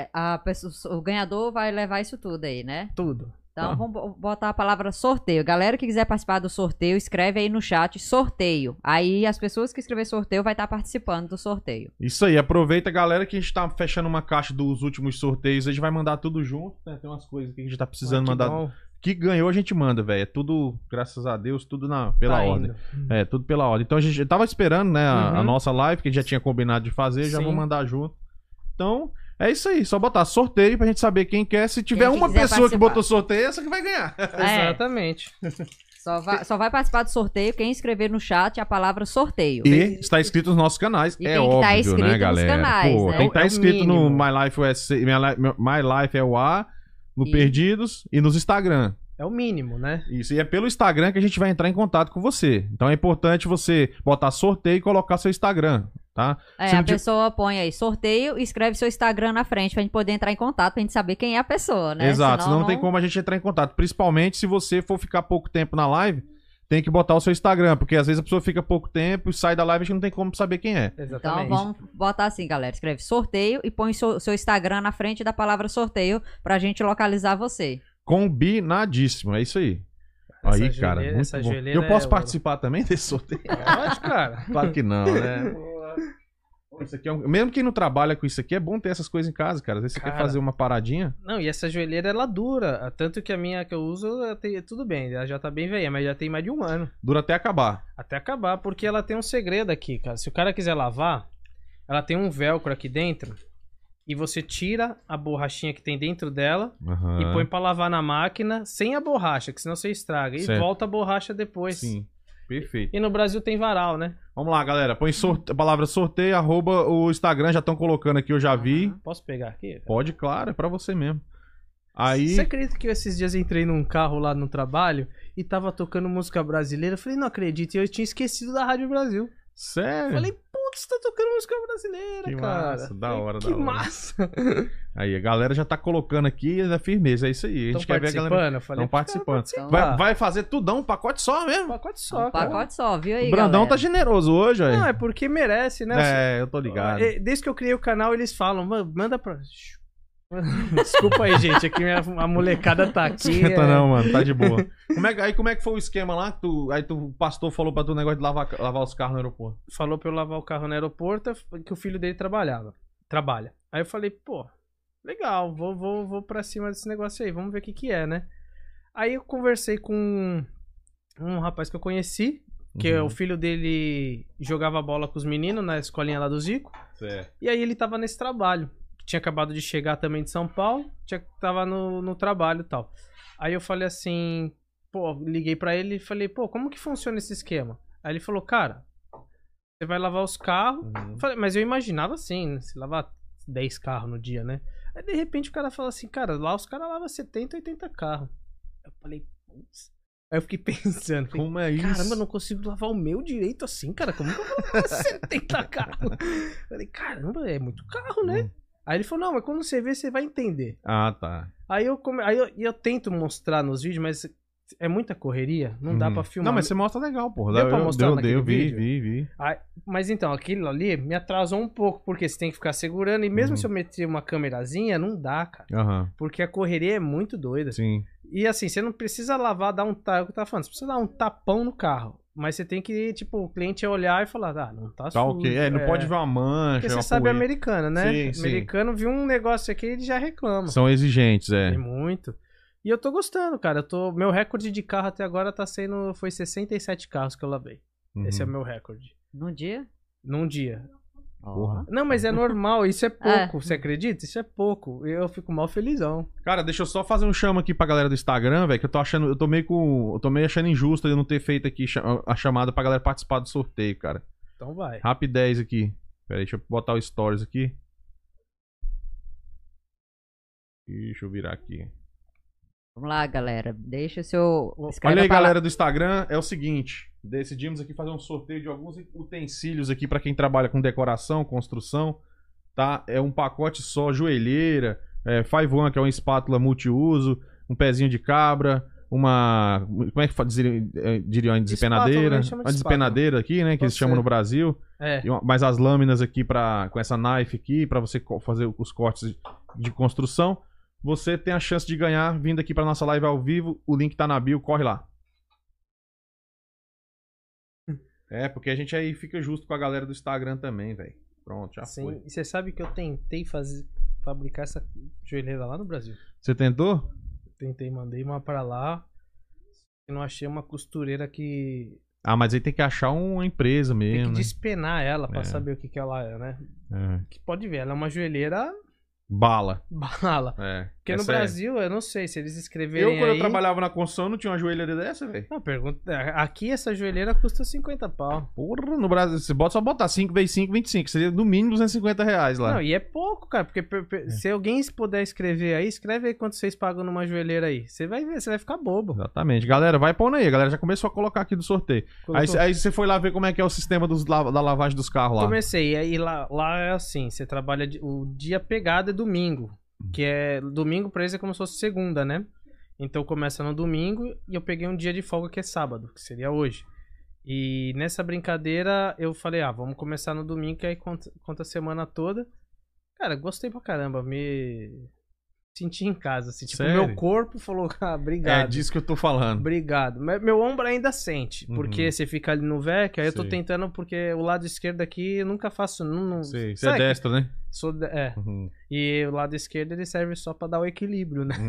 O ganhador vai levar isso tudo aí, né? Tudo. Então vamos botar a palavra sorteio. Galera que quiser participar do sorteio, escreve aí no chat sorteio. Aí as pessoas que escrever sorteio vai estar participando do sorteio. Isso aí, aproveita, galera, que a gente tá fechando uma caixa dos últimos sorteios. A gente vai mandar tudo junto, né? Tem umas coisas que a gente tá precisando mandar. Bom. Que ganhou, a gente manda, velho. É tudo, graças a Deus, tudo pela Tá ordem. indo. Tudo pela ordem. Então a gente tava esperando, né, a nossa live, que a gente já tinha combinado de fazer, já Sim. vou mandar junto. Então, é isso aí. Só botar sorteio pra gente saber quem quer. Se tiver Quem uma quiser pessoa que participar. botou sorteio, essa que vai ganhar. Exatamente. Só vai participar do sorteio quem escrever no chat a palavra sorteio. E está inscrito nos nossos canais, E é tem que tá óbvio, inscrito né, nos galera? canais, Pô, né? tem que estar É o inscrito no mínimo. My Life USA, My Life é o A, no E- Perdidos e nos Instagram. É o mínimo, né? Isso, e é pelo Instagram que a gente vai entrar em contato com você. Então é importante você botar sorteio e colocar seu Instagram, tá? Se A não ti- pessoa põe aí sorteio e escreve seu Instagram na frente pra gente poder entrar em contato, pra gente saber quem é a pessoa, né? Exato, senão não tem como a gente entrar em contato. Principalmente se você for ficar pouco tempo na live, tem que botar o seu Instagram, porque às vezes a pessoa fica pouco tempo e sai da live e a gente não tem como saber quem é. Então Exatamente. vamos botar assim, galera. Escreve sorteio e põe seu Instagram na frente da palavra sorteio pra gente localizar você. Combinadíssimo, é isso aí. Essa Aí, joelheira- cara, muito essa bom. joelheira Eu posso é participar também desse sorteio? Pode, cara. Claro que não, né? Pô, isso aqui mesmo quem não trabalha com isso aqui, é bom ter essas coisas em casa, cara. Às vezes você quer Cara. fazer uma paradinha. Não, e essa joelheira, ela dura. Tanto que a minha que eu uso, tudo bem, ela já tá bem velha, mas já tem mais de 1 ano. Dura até acabar. Até acabar, porque ela tem um segredo aqui, cara. Se o cara quiser lavar, ela tem um velcro aqui dentro. E você tira a borrachinha que tem dentro dela Aham. e põe pra lavar na máquina sem a borracha, que senão você estraga. E Certo. volta a borracha depois. Sim, perfeito. E no Brasil tem varal, né? Vamos lá, galera. Põe a palavra sorteio, arroba o Instagram, já estão colocando aqui, eu já vi. Posso pegar aqui? Pode, claro, é pra você mesmo. Aí, Você acredita que eu esses dias entrei num carro lá no trabalho e tava tocando música brasileira? Eu falei, não acredito, e eu tinha esquecido da Rádio Brasil. sério? Falei, putz, tá tocando música brasileira, Que cara. massa, da Falei, hora, que da hora. massa. Aí, a galera já tá colocando aqui, é firmeza, é isso aí. A gente Estão quer ver a galera. participando? Eu falei, Estão participando. Então, Vai fazer tudão, um pacote só mesmo. pacote só, cara. Pacote só, viu aí, O Brandão tá galera? generoso hoje, Não, velho. é porque merece, né? É, eu tô ligado. Desde que eu criei o canal, eles falam, manda pra... Desculpa aí, gente, aqui a molecada tá aqui. Esquenta não, mano, tá de boa. Como é que foi o esquema lá? Aí o pastor falou pra tu o negócio de lavar os carros no aeroporto. Falou pra eu lavar o carro no aeroporto, que o filho dele trabalha. Aí eu falei, pô, legal, vou pra cima desse negócio aí, vamos ver o que é, né? Aí eu conversei com um rapaz que eu conheci, que Uhum. o filho dele jogava bola com os meninos na escolinha lá do Zico, Certo. e aí ele tava nesse trabalho. Tinha acabado de chegar também de São Paulo, tava no trabalho e tal. Aí eu falei assim, pô, liguei pra ele e falei, pô, como que funciona esse esquema? Aí ele falou, cara, você vai lavar os carros. Uhum. Falei, mas eu imaginava assim, né? Se lavar 10 carros no dia, né? Aí de repente o cara fala assim, cara, lá os caras lavam 70, 80 carros. Eu falei, putz. Aí eu fiquei pensando, falei, Como é isso? caramba, eu não consigo lavar o meu direito assim, cara. Como que eu vou lavar 70 carros? Eu falei, caramba, é muito carro, né? Aí ele falou, não, mas quando você ver, você vai entender. Ah, tá. Aí eu tento mostrar nos vídeos, mas é muita correria, não dá pra filmar. Não, mas você mostra legal, porra. Deu pra mostrar naquele vi, vídeo? vi. Mas então, aquilo ali me atrasou um pouco, porque você tem que ficar segurando, e mesmo Uhum. se eu meter uma câmerazinha, não dá, cara. Aham, Porque a correria é muito doida. sim. E assim, você não precisa lavar, dar um é o que eu tava falando, você precisa dar um tapão no carro. Mas você tem que, tipo, o cliente olhar e falar, ah, não tá Tá sujo. ok. Não pode ver uma mancha, Porque uma você sabe poeira. americano, né? Sim, sim. Americano viu um negócio aqui e ele já reclama. São exigentes, é. Tem muito. E eu tô gostando, cara. Meu recorde de carro até agora foi 67 carros que eu lavei. Uhum. Esse é o meu recorde. Num dia? Num dia. Porra. Não, mas é normal, isso é pouco. Você acredita? Isso é pouco. Eu fico mal felizão. Cara, deixa eu só fazer um chama aqui pra galera do Instagram, velho, que eu tô meio achando injusto eu não ter feito aqui a chamada pra galera participar do sorteio, cara. Então vai. Rapidez aqui. Pera aí, deixa eu botar o stories aqui. Deixa eu virar aqui. Vamos lá, galera. Deixa o seu... Olha aí, galera do Instagram, é o seguinte, decidimos aqui fazer um sorteio de alguns utensílios aqui pra quem trabalha com decoração, construção, tá? É um pacote só, joelheira, 5-1, que é uma espátula multiuso, um pezinho de cabra, uma... Como é que diriam? Uma desempenadeira? Espátula, a gente chama de Uma desempenadeira aqui, né? Que eles Pode chamam ser. no Brasil. É. Mais as lâminas aqui com essa knife aqui, pra você fazer os cortes de construção. Você tem a chance de ganhar vindo aqui pra nossa live ao vivo. O link tá na bio, corre lá. Porque a gente aí fica justo com a galera do Instagram também, velho. Pronto, já Sim. foi. E você sabe que eu tentei fabricar essa joelheira lá no Brasil. Você tentou? Tentei, mandei uma pra lá. E não achei uma costureira que... Ah, mas aí tem que achar uma empresa Tem mesmo, que né? despenar ela pra É. saber o que ela é, né? É. Que pode ver, ela é uma joelheira Bala. bala. É. Porque no sério. Brasil, eu não sei se eles escreverem Quando eu aí... trabalhava na construção, não tinha uma joelheira dessa, velho. Não, pergunta... Aqui essa joelheira custa 50 pau. Porra, no Brasil, você só botar 5 vezes 5, 25. Seria no mínimo R$250 lá. Não, e é pouco, cara, porque se alguém puder escrever aí, escreve aí quanto vocês pagam numa joelheira aí. Você vai ver, você vai ficar bobo. Exatamente. Galera, vai pondo aí. A galera já começou a colocar aqui do sorteio. Aí você foi lá ver como é que é o sistema da lavagem dos carros lá. Comecei, aí lá é assim, você trabalha, o dia pegado é domingo, que é, domingo pra eles é como se fosse segunda, né? Então começa no domingo e eu peguei um dia de folga que é sábado, que seria hoje. E nessa brincadeira eu falei, vamos começar no domingo, que aí conta a semana toda. Cara, gostei pra caramba, me senti em casa, assim, tipo, Sério? meu corpo falou, obrigado. É disso que eu tô falando. Obrigado. Meu ombro ainda sente, porque você fica ali no VEC, aí eu tô Sei. tentando, porque o lado esquerdo aqui eu nunca faço. Sei. Você é sabe que- destro, né? É. Uhum. E o lado esquerdo ele serve só pra dar o equilíbrio, né?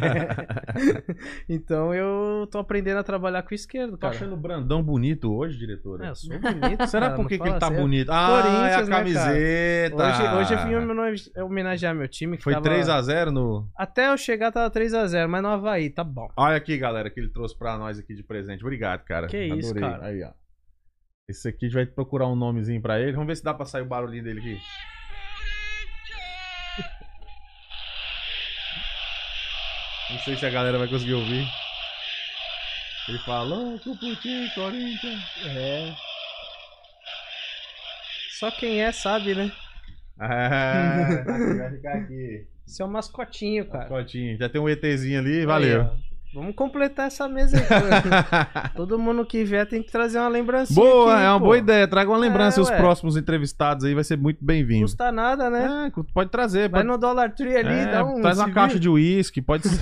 Então eu tô aprendendo a trabalhar com o esquerdo, Tô cara. achando o Brandão bonito hoje, diretor. Eu sou bonito. Será cara, por não que fala ele tá sério. bonito? Ah, é a Corinthians, né, cara? camiseta. Hoje eu vim homenagear meu time. Que Foi tava... 3x0 no... Até eu chegar tava 3x0, mas no Avaí, tá bom. Olha aqui, galera, que ele trouxe pra nós aqui de presente. Obrigado, cara. Que isso, Adorei. cara. Aí, ó. Esse aqui a gente vai procurar um nomezinho pra ele. Vamos ver se dá pra sair o barulhinho dele aqui. Não sei se a galera vai conseguir ouvir. Ele falou que o Putin, Corinthians. É. Só quem é sabe, né? Ah, vai ficar aqui. Isso é um mascotinho, cara. Cotinho. Já tem um ETzinho ali, valeu. Aí, ó. Vamos completar essa mesa aí. Cara. Todo mundo que vier tem que trazer uma lembrancinha. Boa, aqui, é uma pô. boa ideia. Traga uma lembrança. Os ué. próximos entrevistados aí vai ser muito bem-vindo. Custa nada, né? É, pode trazer. Vai Pode... no Dollar Tree ali, dá um. Traz uma civil. caixa de uísque, pode ser.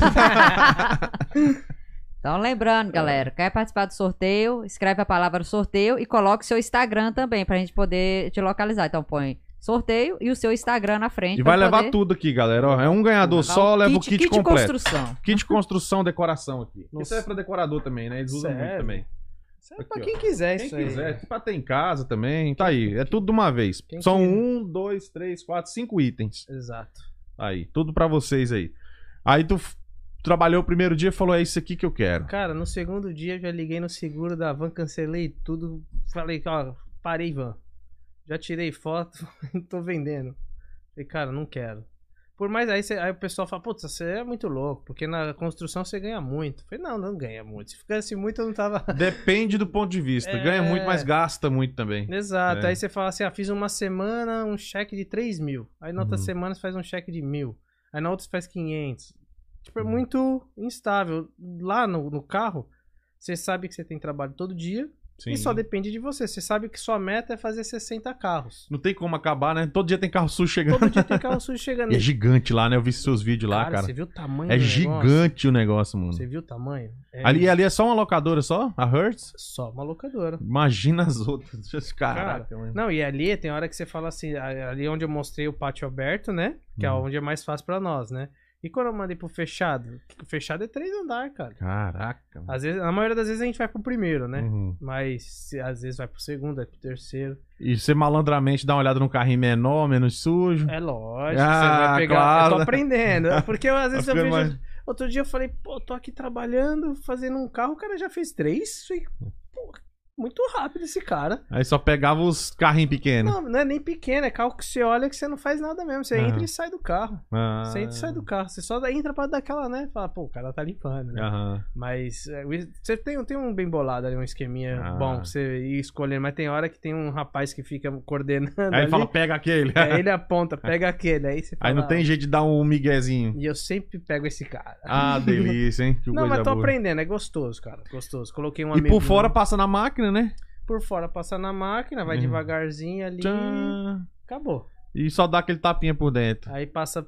Então, lembrando, galera, quer participar do sorteio, escreve a palavra sorteio e coloque seu Instagram também, pra gente poder te localizar. Então, põe sorteio e o seu Instagram na frente. E pra vai levar poder tudo aqui, galera. Ó, é um ganhador só, leva o kit completo. construção. Kit construção, decoração aqui. Isso Nossa. é pra decorador também, né? Eles usam muito Sério? também. Isso é Aqui, pra ó. quem quiser Quem isso aí. quiser, pra ter em casa também. Tá aí, é tudo de uma vez. Quem São quiser. 1, 2, 3, 4, 5 itens. Exato. Aí, tudo pra vocês aí. Aí tu trabalhou o primeiro dia e falou, é isso aqui que eu quero. Cara, no segundo dia eu já liguei no seguro da van, cancelei tudo. Falei, ó, parei, van. Já tirei foto, tô vendendo. Falei, cara, não quero. Por mais aí o pessoal fala, putz, você é muito louco, porque na construção você ganha muito. Falei, não ganha muito. Se ficasse muito, eu não tava. Depende do ponto de vista. É. Ganha muito, mas gasta muito também. Exato. É. Aí você fala assim, fiz uma semana um cheque de 3 mil. Aí na outra semana você faz um cheque de 1.000. Aí na outra você faz 500. Tipo, é muito instável. Lá no carro, você sabe que você tem trabalho todo dia. Sim. E só depende de você. Você sabe que sua meta é fazer 60 carros. Não tem como acabar, né? Todo dia tem carro sujo chegando. Todo dia tem carro sujo chegando. E é gigante lá, né? Eu vi seus vídeos lá, cara. Você viu o tamanho É do negócio? gigante o negócio, mano. Você viu o tamanho? É Ali é só uma locadora só? A Hertz? só uma locadora. Imagina as outras. Caraca, mano. Não, e ali tem hora que você fala assim, ali onde eu mostrei o pátio aberto, né? Que é onde é mais fácil pra nós, né? E quando eu mandei pro fechado? O fechado é 3 andares, cara. Caraca. Mano. Às vezes, na maioria das vezes a gente vai pro primeiro, né? Uhum. Mas às vezes vai pro segundo, vai pro terceiro. E você malandramente dá uma olhada num carrinho menor, menos sujo. É lógico, Ah, você vai pegar. claro. Eu tô aprendendo. Porque às vezes eu Vai vejo. ficando mais- Outro dia eu falei, pô, tô aqui trabalhando, fazendo um carro, o cara já fez 3. Falei, pô, muito rápido esse cara. Aí só pegava os carrinhos pequenos. Não é nem pequeno, é carro que você olha que você não faz nada mesmo. Você Aham. entra e sai do carro. Ah. Você entra e sai do carro. Você só entra pra dar aquela, né? Fala, pô, o cara tá limpando, né? Aham. Mas você tem um bem bolado ali, um esqueminha Ah. bom pra você ir escolhendo. Mas tem hora que tem um rapaz que fica coordenando. Aí ali, fala, pega aquele. aí ele aponta, pega aquele. Aí você fala. Aí não tem jeito de dar um miguezinho. E eu sempre pego esse cara. Ah, delícia, hein? Que Não, coisa mas tô boa. aprendendo, é gostoso, cara. Gostoso. Coloquei um E amigo. por fora passa na máquina, né? Por fora passa na máquina, vai Uhum. devagarzinho ali. Tchan. Acabou. E só dá aquele tapinha por dentro. Aí passa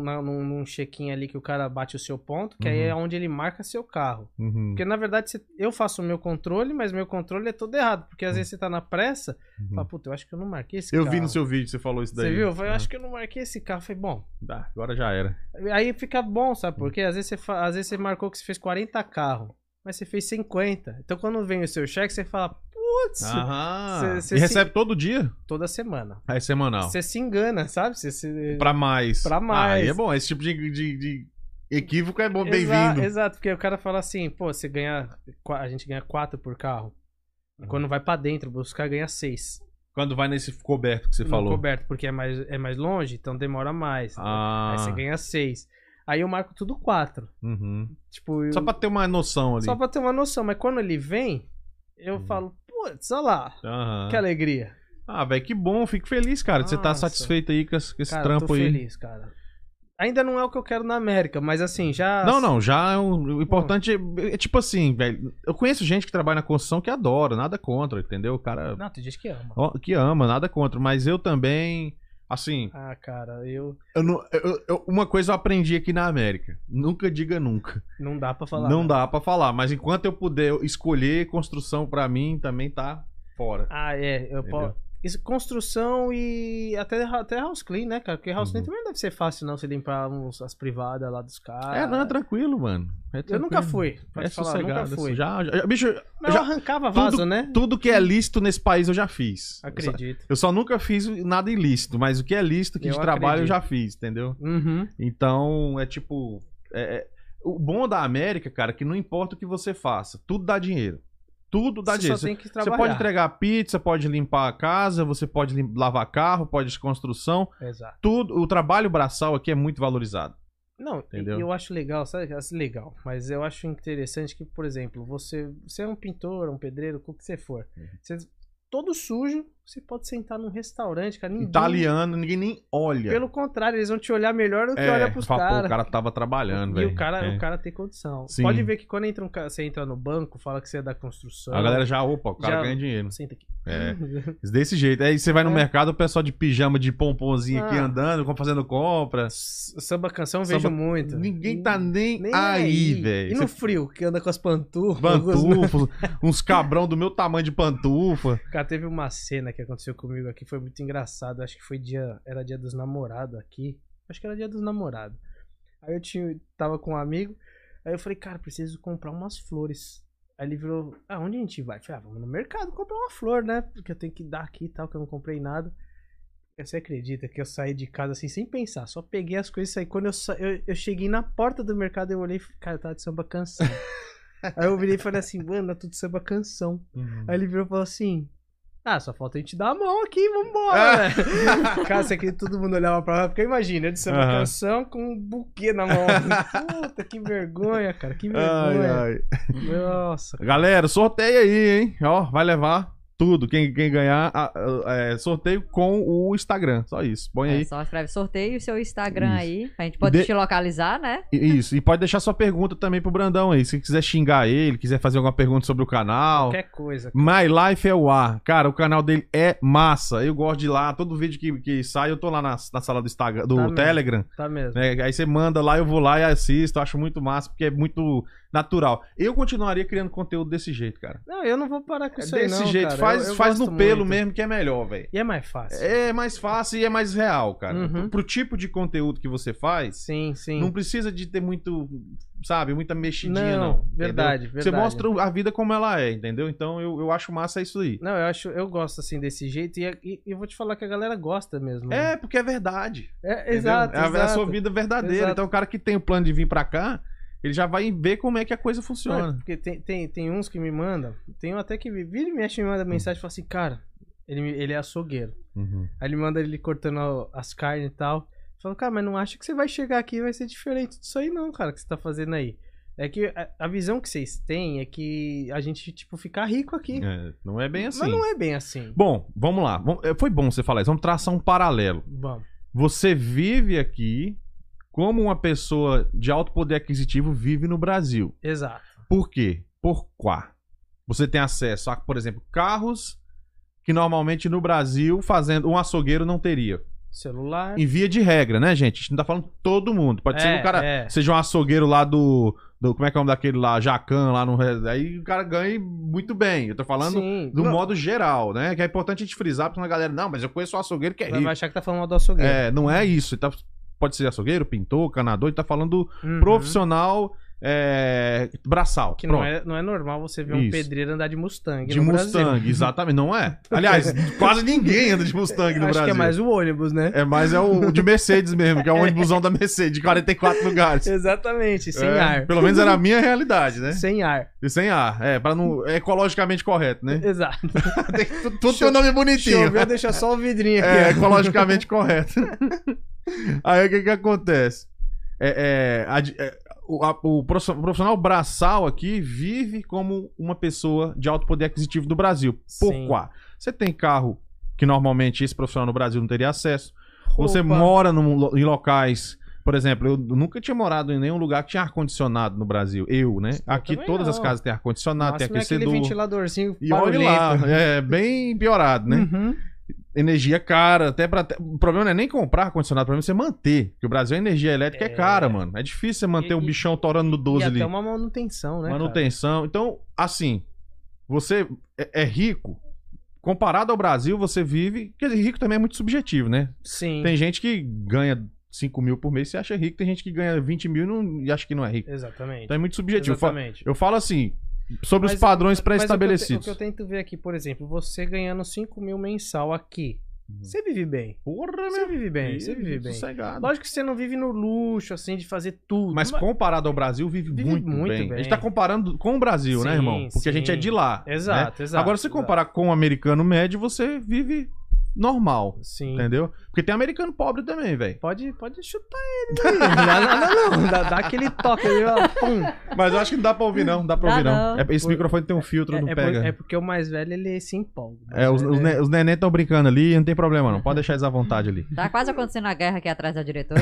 num check-in ali que o cara bate o seu ponto, que aí é onde ele marca seu carro. Uhum. Porque na verdade eu faço o meu controle, mas meu controle é todo errado. Porque às vezes você tá na pressa, fala, puta, eu acho que eu não marquei esse Eu carro. vi no seu vídeo, você falou isso daí. Você viu? Eu falei, eu acho que eu não marquei esse carro. Eu falei, bom. Dá, agora já era. Aí fica bom, sabe? Porque às vezes você marcou que você fez 40 carros, mas você fez 50. Então quando vem o seu cheque, você fala, putz, Aham. Cê E recebe todo dia? toda semana. É semanal. Você se engana, sabe? Você Pra mais. Pra mais. Aí é bom, esse tipo de Equívoco é bom, bem-vindo. Exato, porque o cara fala assim, pô, você ganha... A gente ganha 4 por carro. Quando vai pra dentro, buscar ganha 6. Quando vai nesse coberto que você falou. Coberto, porque é mais longe, então demora mais. Aí você ganha 6. Aí eu marco tudo 4. Tipo, só pra ter uma noção ali. Só pra ter uma noção, mas quando ele vem, eu falo, putz, olha lá, que alegria. Ah, velho, que bom, fico feliz, cara. Você tá satisfeito aí com esse trampo aí. Tô feliz, cara. Ainda não é o que eu quero na América, mas assim, já... Não, já é o importante é tipo assim, velho, eu conheço gente que trabalha na construção que adora, nada contra, entendeu? O cara... Não, tem gente que ama. Que ama, nada contra, mas eu também, assim... Ah, cara, uma coisa eu aprendi aqui na América, nunca diga nunca. Não dá pra falar. Não dá pra falar, mas enquanto eu puder escolher construção pra mim, também tá fora. Eu posso... Isso, construção e até house clean, né, cara? Porque house clean também não deve ser fácil, não, se limpar as privadas lá dos caras. Não, é tranquilo, mano. Eu nunca fui, pode falar, nunca fui. Já, bicho, mas eu arrancava vaso, né? Tudo que é lícito nesse país eu já fiz. Acredito. Eu só nunca fiz nada ilícito, mas o que é lícito, que de trabalho eu já fiz, entendeu? Então, é tipo... o bom da América, cara, é que não importa o que você faça, tudo dá dinheiro. Tudo dá dinheiro. Você pode entregar pizza, pode limpar a casa, você pode lavar carro, pode construção. Exato. Tudo, o trabalho braçal aqui é muito valorizado. Não, entendeu? Eu acho legal, sabe? Legal, mas eu acho interessante que, por exemplo, você é um pintor, um pedreiro, o que você for. Você todo sujo, você pode sentar num restaurante, cara. Italiano, ninguém nem olha. Pelo contrário, eles vão te olhar melhor do que olha pros caras. O cara tava trabalhando, velho. E o cara tem condição. Sim. Pode ver que quando você entra no banco, fala que você é da construção. A galera o cara ganha dinheiro. Senta aqui. Desse jeito. Aí você vai no mercado, o pessoal de pijama, de pomponzinho aqui andando, fazendo compra. Samba canção vejo muito. Ninguém tá nem aí, velho. E no frio, que anda com as pantufas. Uns cabrão do meu tamanho de pantufa. Cara, teve uma cena que aconteceu comigo aqui, foi muito engraçado. Acho que foi era dia dos namorados aqui. Acho que era dia dos namorados. Aí eu tava com um amigo. Aí eu falei, cara, preciso comprar umas flores. Aí ele virou, onde a gente vai? Eu falei, vamos no mercado comprar uma flor, né? Porque eu tenho que dar aqui e tal, que eu não comprei nada. Você acredita que eu saí de casa assim, sem pensar? Só peguei as coisas e saí. Quando eu cheguei na porta do mercado, eu olhei e falei, cara, eu tava de samba canção. Aí eu virei e falei assim, mano, eu tô de samba canção. Aí ele virou e falou assim, só falta a gente dar a mão aqui, vambora, velho. Cara, você acredita que todo mundo olhava pra lá? Porque imagina, eu de samba canção com um buquê na mão. Puta, que vergonha, cara, que vergonha. Nossa. Cara. Galera, sorteio aí, hein? Ó, vai levar tudo. Quem ganhar, sorteio com o Instagram. Só isso. Põe aí. Só escreve sorteio e seu Instagram aí. A gente pode te localizar, né? Isso. E pode deixar sua pergunta também pro Brandão aí. Se quiser xingar ele, quiser fazer alguma pergunta sobre o canal. Qualquer coisa. Cara. My Life é o ar. Cara, o canal dele é massa. Eu gosto de ir lá. Todo vídeo que sai, eu tô lá na sala do Instagram, do Telegram. Tá mesmo. Aí você manda lá, eu vou lá e assisto. Eu acho muito massa, porque é muito natural. Eu continuaria criando conteúdo desse jeito, cara. Não, eu não vou parar com isso aí, não, desse jeito. Cara. Faz no pelo mesmo, que é melhor, velho. E é mais fácil. É mais fácil e é mais real, cara. Pro tipo de conteúdo que você faz, sim. Não precisa de ter muito, sabe, muita mexidinha, não. Verdade. Você mostra a vida como ela é, entendeu? Então eu acho massa isso aí. Não, eu gosto assim desse jeito e eu vou te falar que a galera gosta mesmo. É, porque é verdade. Exato. É a sua vida verdadeira. Exato. Então o cara que tem o plano de vir pra cá, ele já vai ver como é que a coisa funciona. Porque tem uns que me mandam, tem um até que vira e mexe, me manda mensagem e fala assim, cara, ele é açougueiro. Aí ele manda ele cortando as carnes e tal. Fala, cara, mas não acha que você vai chegar aqui e vai ser diferente disso aí não, cara, que você tá fazendo aí. É que a visão que vocês têm é que a gente, tipo, fica rico aqui. Não é bem assim. Mas não é bem assim. Bom, vamos lá. Foi bom você falar isso. Vamos traçar um paralelo. Vamos. Você vive aqui como uma pessoa de alto poder aquisitivo vive no Brasil. Exato. Por quê? Por quá? Você tem acesso a, por exemplo, carros que normalmente no Brasil, fazendo um açougueiro não teria. Celular. Em via de regra, né, gente? A gente não tá falando todo mundo. Pode ser que o cara seja um açougueiro lá do... Como é que é o nome daquele lá? Jacan, lá no... Aí o cara ganha muito bem. Eu tô falando do modo geral, né? Que é importante a gente frisar, porque a galera... Não, mas eu conheço um açougueiro que é rico. Vai achar que tá falando do açougueiro. Não é isso. Pode ser açougueiro, pintor, canador. Ele tá falando do profissional braçal. Que não é normal você ver um pedreiro andar de Mustang de no Mustang, Brasil. Exatamente. Não é? Aliás, quase ninguém anda de Mustang no Brasil. Acho que é mais o ônibus, né? Mais o de Mercedes mesmo, que é o ônibusão da Mercedes, de 44 lugares. Exatamente, sem ar. Pelo menos era a minha realidade, né? Sem ar. E sem ar, pra não... É ecologicamente correto, né? Exato. Tudo tem um nome bonitinho. Choveu, deixa só o vidrinho aqui. Ecologicamente correto. Aí o que acontece? O profissional braçal aqui vive como uma pessoa de alto poder aquisitivo do Brasil. Por quê? Você tem carro que normalmente esse profissional no Brasil não teria acesso. Você mora em locais... Por exemplo, eu nunca tinha morado em nenhum lugar que tinha ar-condicionado no Brasil. Né? Aqui todas as casas têm ar-condicionado, tem aquecedor. Aquele ventiladorzinho e olha lá, bem piorado, né? Uhum. Energia cara, o problema não é nem comprar ar-condicionado, o problema é você manter. Porque o Brasil a energia elétrica é cara, mano. É difícil você manter um bichão torando no 12 ali. E até uma manutenção, né, Manutenção. Cara? Então, assim, você é rico. Comparado ao Brasil, você vive... Quer dizer, rico também é muito subjetivo, né? Sim. Tem gente que ganha 5 mil por mês, você acha rico. Tem gente que ganha 20 mil e acha que não é rico. Exatamente. Então é muito subjetivo. Exatamente. Eu falo assim, sobre os padrões pré-estabelecidos. O que eu tento ver aqui, por exemplo, você ganhando 5 mil mensal aqui, você vive bem. Porra, você vive bem, você vive bem. Sossegado. Lógico que você não vive no luxo, assim, de fazer tudo. Mas comparado ao Brasil, vive muito bem. A gente tá comparando com o Brasil, né, irmão? Porque a gente é de lá. Exato, né? exato. Agora, se comparar com o americano médio, você vive normal. Sim. Entendeu? Porque tem americano pobre também, velho. Pode chutar ele. Não. Dá aquele toque ali, ó. Pum. Mas eu acho que não dá pra ouvir, não. Dá pra ouvir, não. Esse microfone tem um filtro, não pega. É porque o mais velho, ele se empolga. Os neném estão brincando ali, não tem problema, não. Pode deixar eles à vontade ali. Tá quase acontecendo a guerra aqui atrás da diretora.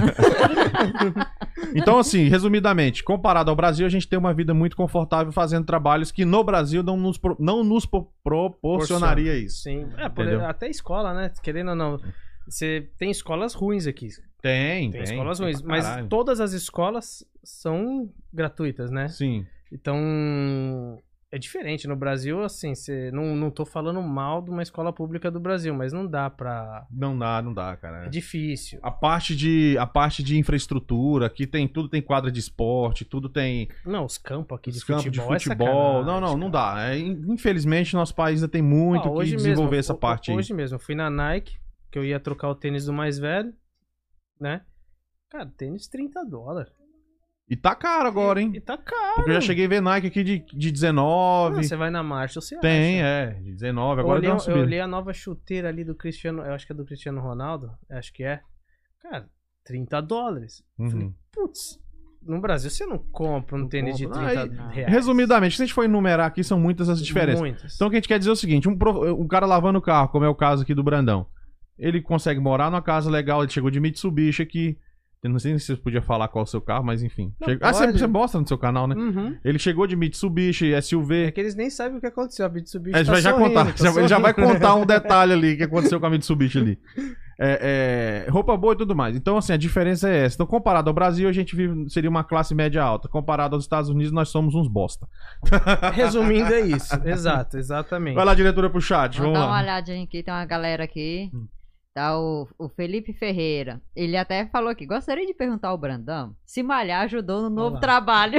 Então, assim, resumidamente, comparado ao Brasil, a gente tem uma vida muito confortável fazendo trabalhos que no Brasil não nos proporcionaria isso. Sim. Até escola, né? Querendo ou não. Você tem escolas ruins aqui. Tem escolas ruins. Mas todas as escolas são gratuitas, né? Sim. Então, é diferente. No Brasil, assim, não tô falando mal de uma escola pública do Brasil, mas não dá pra... Não dá, cara. É difícil. A parte de infraestrutura, aqui tem tudo, tem quadra de esporte, tudo tem... Não, os campos aqui de futebol. Não dá. Infelizmente, nosso país ainda tem muito que desenvolver essa parte aí. Hoje mesmo, eu fui na Nike, que eu ia trocar o tênis do mais velho, né? Cara, tênis $30. E tá caro agora, hein? E tá caro. Porque eu já cheguei a ver Nike aqui de 19. Você vai na marcha, você tem, acha. De 19. Agora deu uma subida. Eu olhei a nova chuteira ali do Cristiano, eu acho que é do Cristiano Ronaldo, acho que é. Cara, $30. Falei, putz, no Brasil você não compra um tênis de R$30. Resumidamente, se a gente for enumerar aqui, são muitas as diferenças. Muitas. Então o que a gente quer dizer é o seguinte, um cara lavando o carro, como é o caso aqui do Brandão, ele consegue morar numa casa legal, ele chegou de Mitsubishi aqui. Eu não sei se você podia falar qual é o seu carro, mas enfim. Você mostra no seu canal, né? Uhum. Ele chegou de Mitsubishi, SUV. É que eles nem sabem o que aconteceu. A Mitsubishi ele já vai contar um detalhe ali que aconteceu com a Mitsubishi ali. Roupa boa e tudo mais. Então, assim, a diferença é essa. Então, comparado ao Brasil, a gente seria uma classe média alta. Comparado aos Estados Unidos, nós somos uns bosta. Resumindo, é isso. Exato, exatamente. Vai lá, diretora, pro chat. Vamos lá. Dá uma olhadinha aqui, tem uma galera aqui. Tá o Felipe Ferreira. Ele até falou aqui, gostaria de perguntar ao Brandão se malhar ajudou no novo trabalho.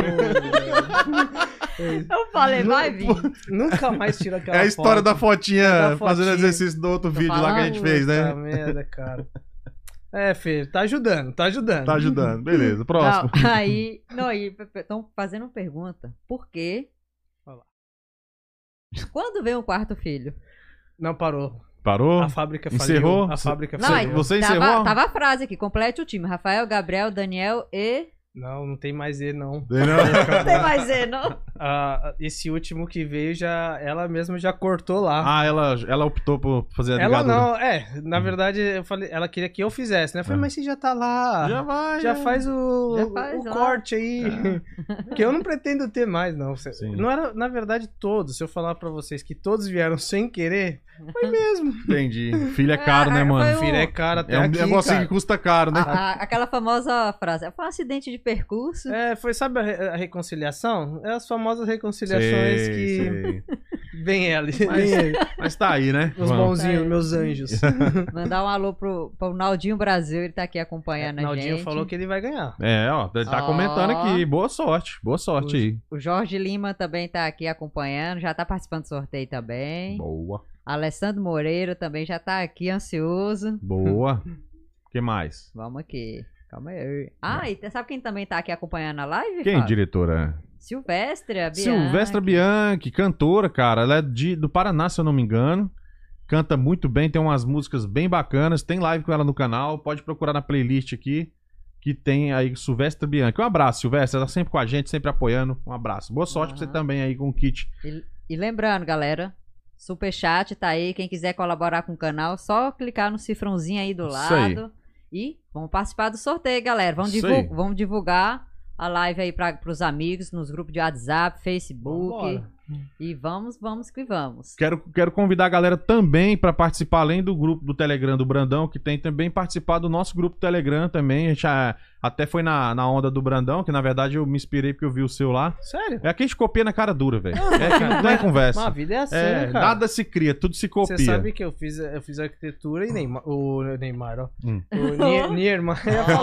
Eu falei, vai vir. Nunca mais tira aquela foto. É a história foto. da fotinha fazendo exercício do outro vídeo lá que a gente fez, né? Merda, cara. Filho, tá ajudando. Tá ajudando, beleza, próximo. Não, aí estão fazendo uma pergunta. Por quê? Quando vem o quarto filho? Não, parou. Parou? A fábrica faliu. Encerrou? A fábrica faliu. Você encerrou? Tava a frase aqui, complete o time. Rafael, Gabriel, Daniel e... Não tem mais E, não. Não tem mais E, não. Esse último que veio, ela mesma já cortou lá. Ela optou por fazer a ligadura. Ela não, na verdade, eu falei, ela queria que eu fizesse, né? Eu falei, mas você já tá lá. Já vai. Já faz o corte aí. Que eu não pretendo ter mais, não. Não era, na verdade, todos. Se eu falar pra vocês que todos vieram sem querer, foi mesmo. Entendi. Filho é caro, né, mano? Filho é caro até aqui, É um negocinho que custa caro, né? Aquela famosa frase, foi um acidente de percurso. Foi, sabe a reconciliação? É as famosas reconciliações Bem ela. Mas tá aí, né? Meus Vamos. bonzinhos, meus anjos. Mandar um alô pro Naldinho Brasil, ele tá aqui acompanhando a Naldinho gente. falou que ele vai ganhar. Ó, ele tá Ó. comentando aqui. Boa sorte aí. O Jorge Lima também tá aqui acompanhando, já tá participando do sorteio também. Boa. Alessandro Moreira também já tá aqui ansioso. Boa. O que mais? Vamos aqui. Calma aí. Ah, e sabe quem também tá aqui acompanhando a live? Quem, Fábio? diretora? Silvestre Bianchi. Silvestra Bianchi, cantora, cara. Ela é do Paraná, se eu não me engano. Canta muito bem, tem umas músicas bem bacanas. Tem live com ela no canal. Pode procurar na playlist aqui, que tem aí Silvestra Bianchi. Um abraço, Silvestra. Ela tá sempre com a gente, sempre apoiando. Um abraço. Boa sorte pra você também aí com o kit. E lembrando, galera, Superchat tá aí. Quem quiser colaborar com o canal, só clicar no cifrãozinho aí do Isso aí. lado. E vamos participar do sorteio, galera. Isso aí. Vamos divulgar a live aí pros amigos, nos grupos de WhatsApp, Facebook. Vambora. E vamos que vamos. Quero convidar a galera também para participar, além do grupo do Telegram do Brandão, que tem também participar do nosso grupo Telegram também. A gente até foi na onda do Brandão, que na verdade eu me inspirei porque eu vi o seu lá. Sério? É que a gente copia na cara dura, velho. É que não tem conversa. Mas a vida é assim, né, cara? Nada se cria, tudo se copia. Você sabe que eu fiz arquitetura e o Neymar, ó. Hum. O Nierman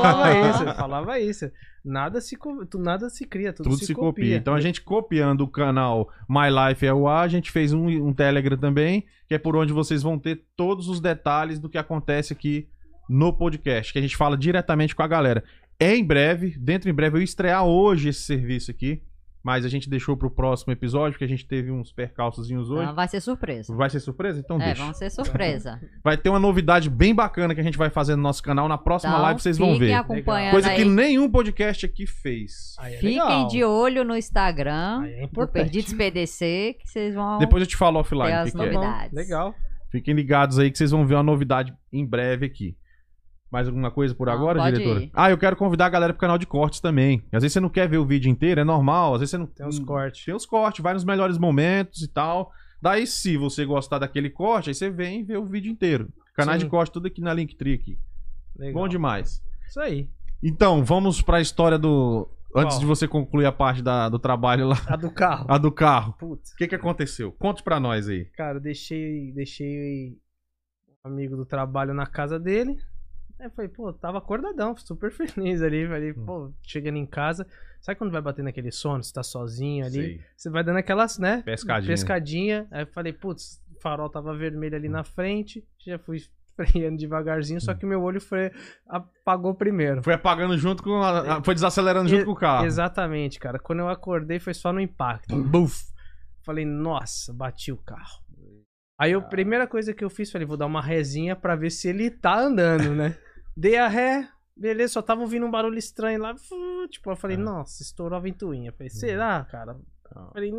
falava isso. Nada se cria, tudo se copia. Então a gente copiando o canal My Life é o A, a gente fez um Telegram também, que é por onde vocês vão ter todos os detalhes do que acontece aqui no podcast, que a gente fala diretamente com a galera. Em breve eu ia estrear hoje esse serviço aqui, mas a gente deixou pro próximo episódio, porque a gente teve uns percalçozinhos hoje. Então vai ser surpresa. Vai ser surpresa? Então deixa. Vão ser surpresa. Vai ter uma novidade bem bacana que a gente vai fazer no nosso canal. Na próxima Então, live vocês vão ver. Acompanhando Coisa aí. que nenhum podcast aqui fez. Aí é Fiquem legal. de olho no Instagram Aí é do importante. Perdidos PDC, que vocês vão Depois eu te falo offline ter o as que é. novidades. Legal. Fiquem ligados aí que vocês vão ver uma novidade em breve aqui. Mais alguma coisa por Não, agora, pode diretora? ir. Eu quero convidar a galera pro canal de cortes também. Às vezes você não quer ver o vídeo inteiro, é normal. Às vezes você não Tem uns cortes. Tem os cortes, vai nos melhores momentos e tal. Daí, se você gostar daquele corte, aí você vem e vê o vídeo inteiro. Canais Sim. de corte tudo aqui na Linktree aqui. Legal. Bom demais. Isso aí. Então, vamos pra história do... Antes Qual? de você concluir a parte do trabalho lá. A do carro. A do carro. Putz. O que aconteceu? Conte pra nós aí. Cara, eu deixei um amigo do trabalho na casa dele. Aí eu falei, pô, tava acordadão, super feliz ali. Falei, pô, chegando em casa. Sabe quando vai bater naquele sono, você tá sozinho ali? Sei. Você vai dando aquelas, né? Pescadinha. Pescadinha. Aí eu falei, putz, o farol tava vermelho ali na frente. Já fui freando devagarzinho, só que meu olho apagou primeiro. Foi apagando junto com foi desacelerando junto com o carro. Exatamente, cara. Quando eu acordei foi só no impacto. Buf! Falei, nossa, bati o carro. Aí a primeira coisa que eu fiz, falei, vou dar uma rezinha pra ver se ele tá andando, né? Dei a ré, beleza, só tava ouvindo um barulho estranho lá. Tipo, eu falei, nossa, estourou a ventoinha. Falei, será, cara? Falei,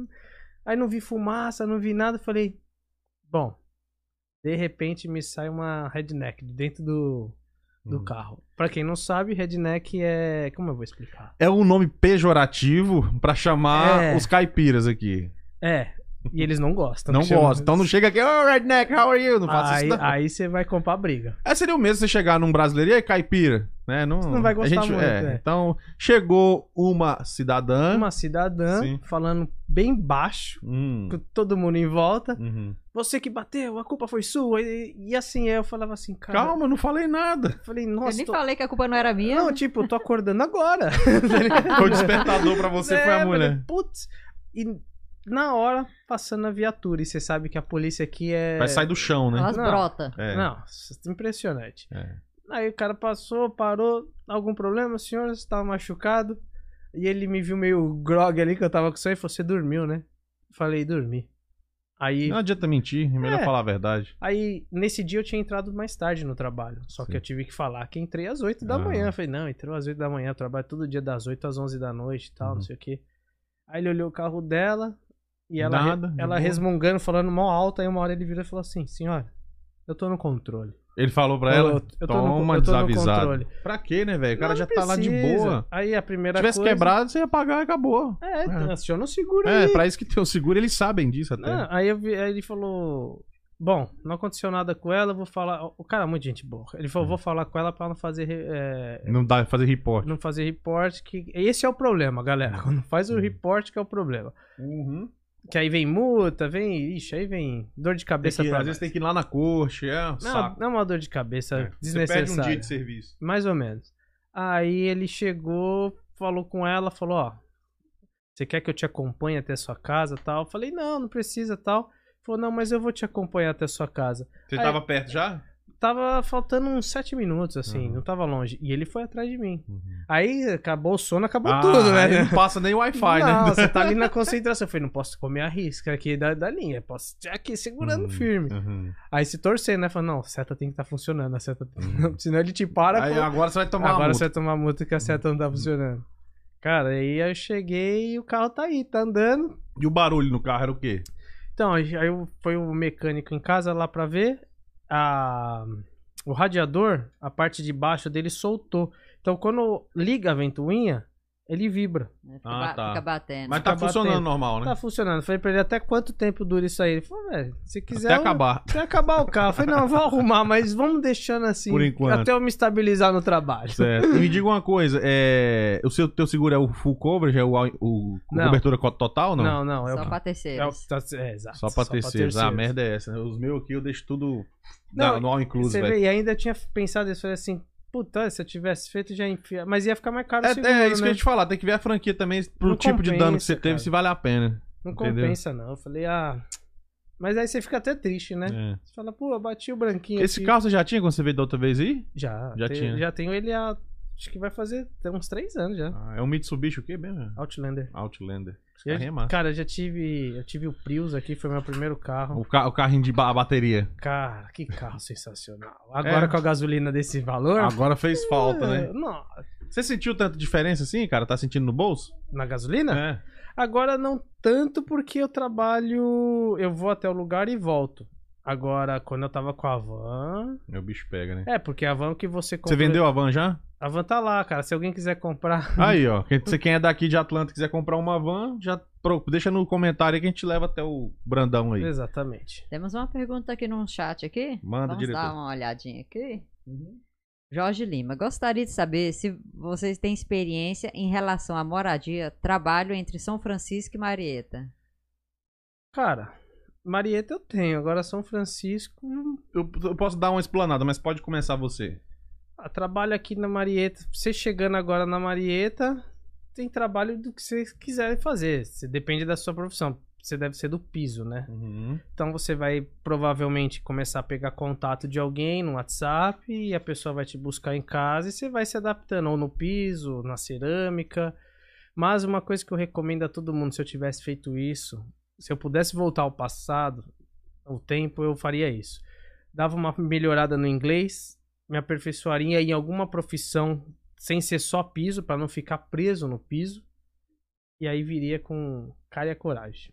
Aí não vi fumaça, não vi nada. Falei, bom, de repente me sai uma redneck de dentro do carro. Pra quem não sabe, redneck é... Como eu vou explicar? É um nome pejorativo pra chamar os caipiras aqui. E eles não gostam. Não gostam. Então não chega aqui, oh, redneck, how are you? Não faça isso não. Aí você vai comprar briga. Seria o mesmo você chegar num brasileiro e aí, caipira, né? Você não vai gostar muito, Então, chegou uma cidadã. Uma cidadã Sim. falando bem baixo, com todo mundo em volta. Uhum. Você que bateu, a culpa foi sua. E assim, eu falava assim, cara... Calma, eu não falei nada. Falei, Eu nossa... nem falei que a culpa não era minha. Não, tipo, eu tô acordando agora. Foi o despertador pra você, foi a mulher. Falei, putz. E na hora, passando a viatura. E você sabe que a polícia aqui é... Vai sair do chão, né? Elas Não. brotam. Não, impressionante. É. Aí o cara passou, parou. Algum problema, senhor? Você tava machucado? E ele me viu meio grog ali, que eu tava com sono. E falou, você dormiu, né? Falei, dormi. Aí... Não adianta mentir, é melhor falar a verdade. Aí, nesse dia eu tinha entrado mais tarde no trabalho. Só que eu tive que falar que entrei às 8 da manhã. Eu falei, não, entrou às 8 da manhã. Eu trabalho todo dia das 8 às 11 da noite e tal, não sei o quê. Aí ele olhou o carro dela e ela resmungando, falando mal alto. Aí uma hora ele virou e falou assim, senhora, eu tô no controle. Ele falou pra ela, toma desavisado. Pra quê, né, velho? O cara já tá lá de boa. Aí a primeira Se tivesse quebrado, você ia pagar e acabou. aciona o seguro aí. Pra isso que tem o seguro, eles sabem disso até. Aí ele falou... Bom, não aconteceu nada com ela, eu vou falar... O cara é muito gente boa. Ele falou, vou falar com ela pra não fazer... Não dá pra fazer report. Não fazer report, que... Esse é o problema, galera. Quando faz o report que é o problema. Que aí vem multa, ixi, aí vem dor de cabeça pra às vezes tem que ir lá na corte, saco. Não é uma dor de cabeça Você desnecessária. perde um dia de serviço. Mais ou menos. Aí ele chegou, falou com ela, falou, ó, você quer que eu te acompanhe até a sua casa, tal? Eu falei, não precisa, tal. Falou, não, mas eu vou te acompanhar até a sua casa. Você tava perto já? Tava faltando uns 7 minutos, assim, não tava longe. E ele foi atrás de mim. Aí acabou o sono, acabou tudo, né? Aí não passa nem Wi-Fi, né? Não, você tá ali na concentração. Eu falei, não posso comer a risca aqui da linha. Posso estar aqui segurando firme. Aí se torcer, né? Falei, não, a seta tem que estar funcionando. A seta senão ele te para. Aí agora você vai tomar agora multa. você vai tomar multa que a seta não tá funcionando. Cara, aí eu cheguei e o carro tá aí, tá andando. E o barulho no carro era o quê? Então, aí foi o mecânico em casa lá pra ver. O radiador, a parte de baixo dele soltou. Então, quando liga a ventoinha, ele vibra. Fica batendo. Mas tá funcionando normal, né? Tá funcionando. Falei pra ele, até quanto tempo dura isso aí? Ele falou, velho, se quiser... Até acabar. Até acabar o carro. Eu falei, não, eu vou arrumar, mas vamos deixando assim. Por enquanto. Até eu me estabilizar no trabalho. Certo. E me diga uma coisa, teu seguro é o full coverage, é o cobertura total, não? Não. Só pra terceiros. Exato. Só pra terceiros. A merda é essa. Os meus aqui eu deixo tudo no all inclusive. Você vê, e ainda tinha pensado isso, falei assim... Puta, se eu tivesse feito, já enfia. Mas ia ficar mais caro o seguro, É isso né? que eu ia te falar. Tem que ver a franquia também pro Não tipo de dano que você teve, cara. se vale a pena. Não entendeu? compensa, não. Eu falei, Mas aí você fica até triste, né? É. Você fala, pô, eu bati o branquinho Esse aqui. carro você já tinha quando você veio da outra vez aí? Já tinha. Já tenho ele acho que vai fazer uns 3 anos já. É um Mitsubishi o quê mesmo? Outlander. Outlander. Esse carrinho é massa. Cara, eu tive o Prius aqui, foi meu primeiro carro. O carrinho de bateria. Cara, que carro sensacional. Agora com a gasolina desse valor... Agora fez falta, né? Nossa. Você sentiu tanta diferença assim, cara? Tá sentindo no bolso? Na gasolina? É. Agora não tanto porque eu trabalho... Eu vou até o lugar e volto. Agora, quando eu tava com a van... O bicho pega, né? Porque a van que você Você vendeu a van já? A van tá lá, cara. Se alguém quiser comprar... Aí, ó. Quem é daqui de Atlanta e quiser comprar uma van, já deixa no comentário aí que a gente leva até o Brandão aí. Exatamente. Temos uma pergunta aqui no chat aqui. Manda, Vamos diretor. dar uma olhadinha aqui. Jorge Lima, gostaria de saber se vocês têm experiência em relação à moradia, trabalho entre São Francisco e Marieta. Cara, Marieta eu tenho. Agora São Francisco... Eu posso dar uma explanada, mas pode começar você. Trabalho aqui na Marieta. Você chegando agora na Marieta, tem trabalho do que você quiser fazer. Você depende da sua profissão. Você deve ser do piso, né? Então você vai provavelmente começar a pegar contato de alguém no WhatsApp e a pessoa vai te buscar em casa e você vai se adaptando ou no piso, na cerâmica. Mas uma coisa que eu recomendo a todo mundo, se eu tivesse feito isso, se eu pudesse voltar ao passado, o tempo, eu faria isso. Dava uma melhorada no inglês, me aperfeiçoaria em alguma profissão sem ser só piso, para não ficar preso no piso. E aí viria com cara e a coragem.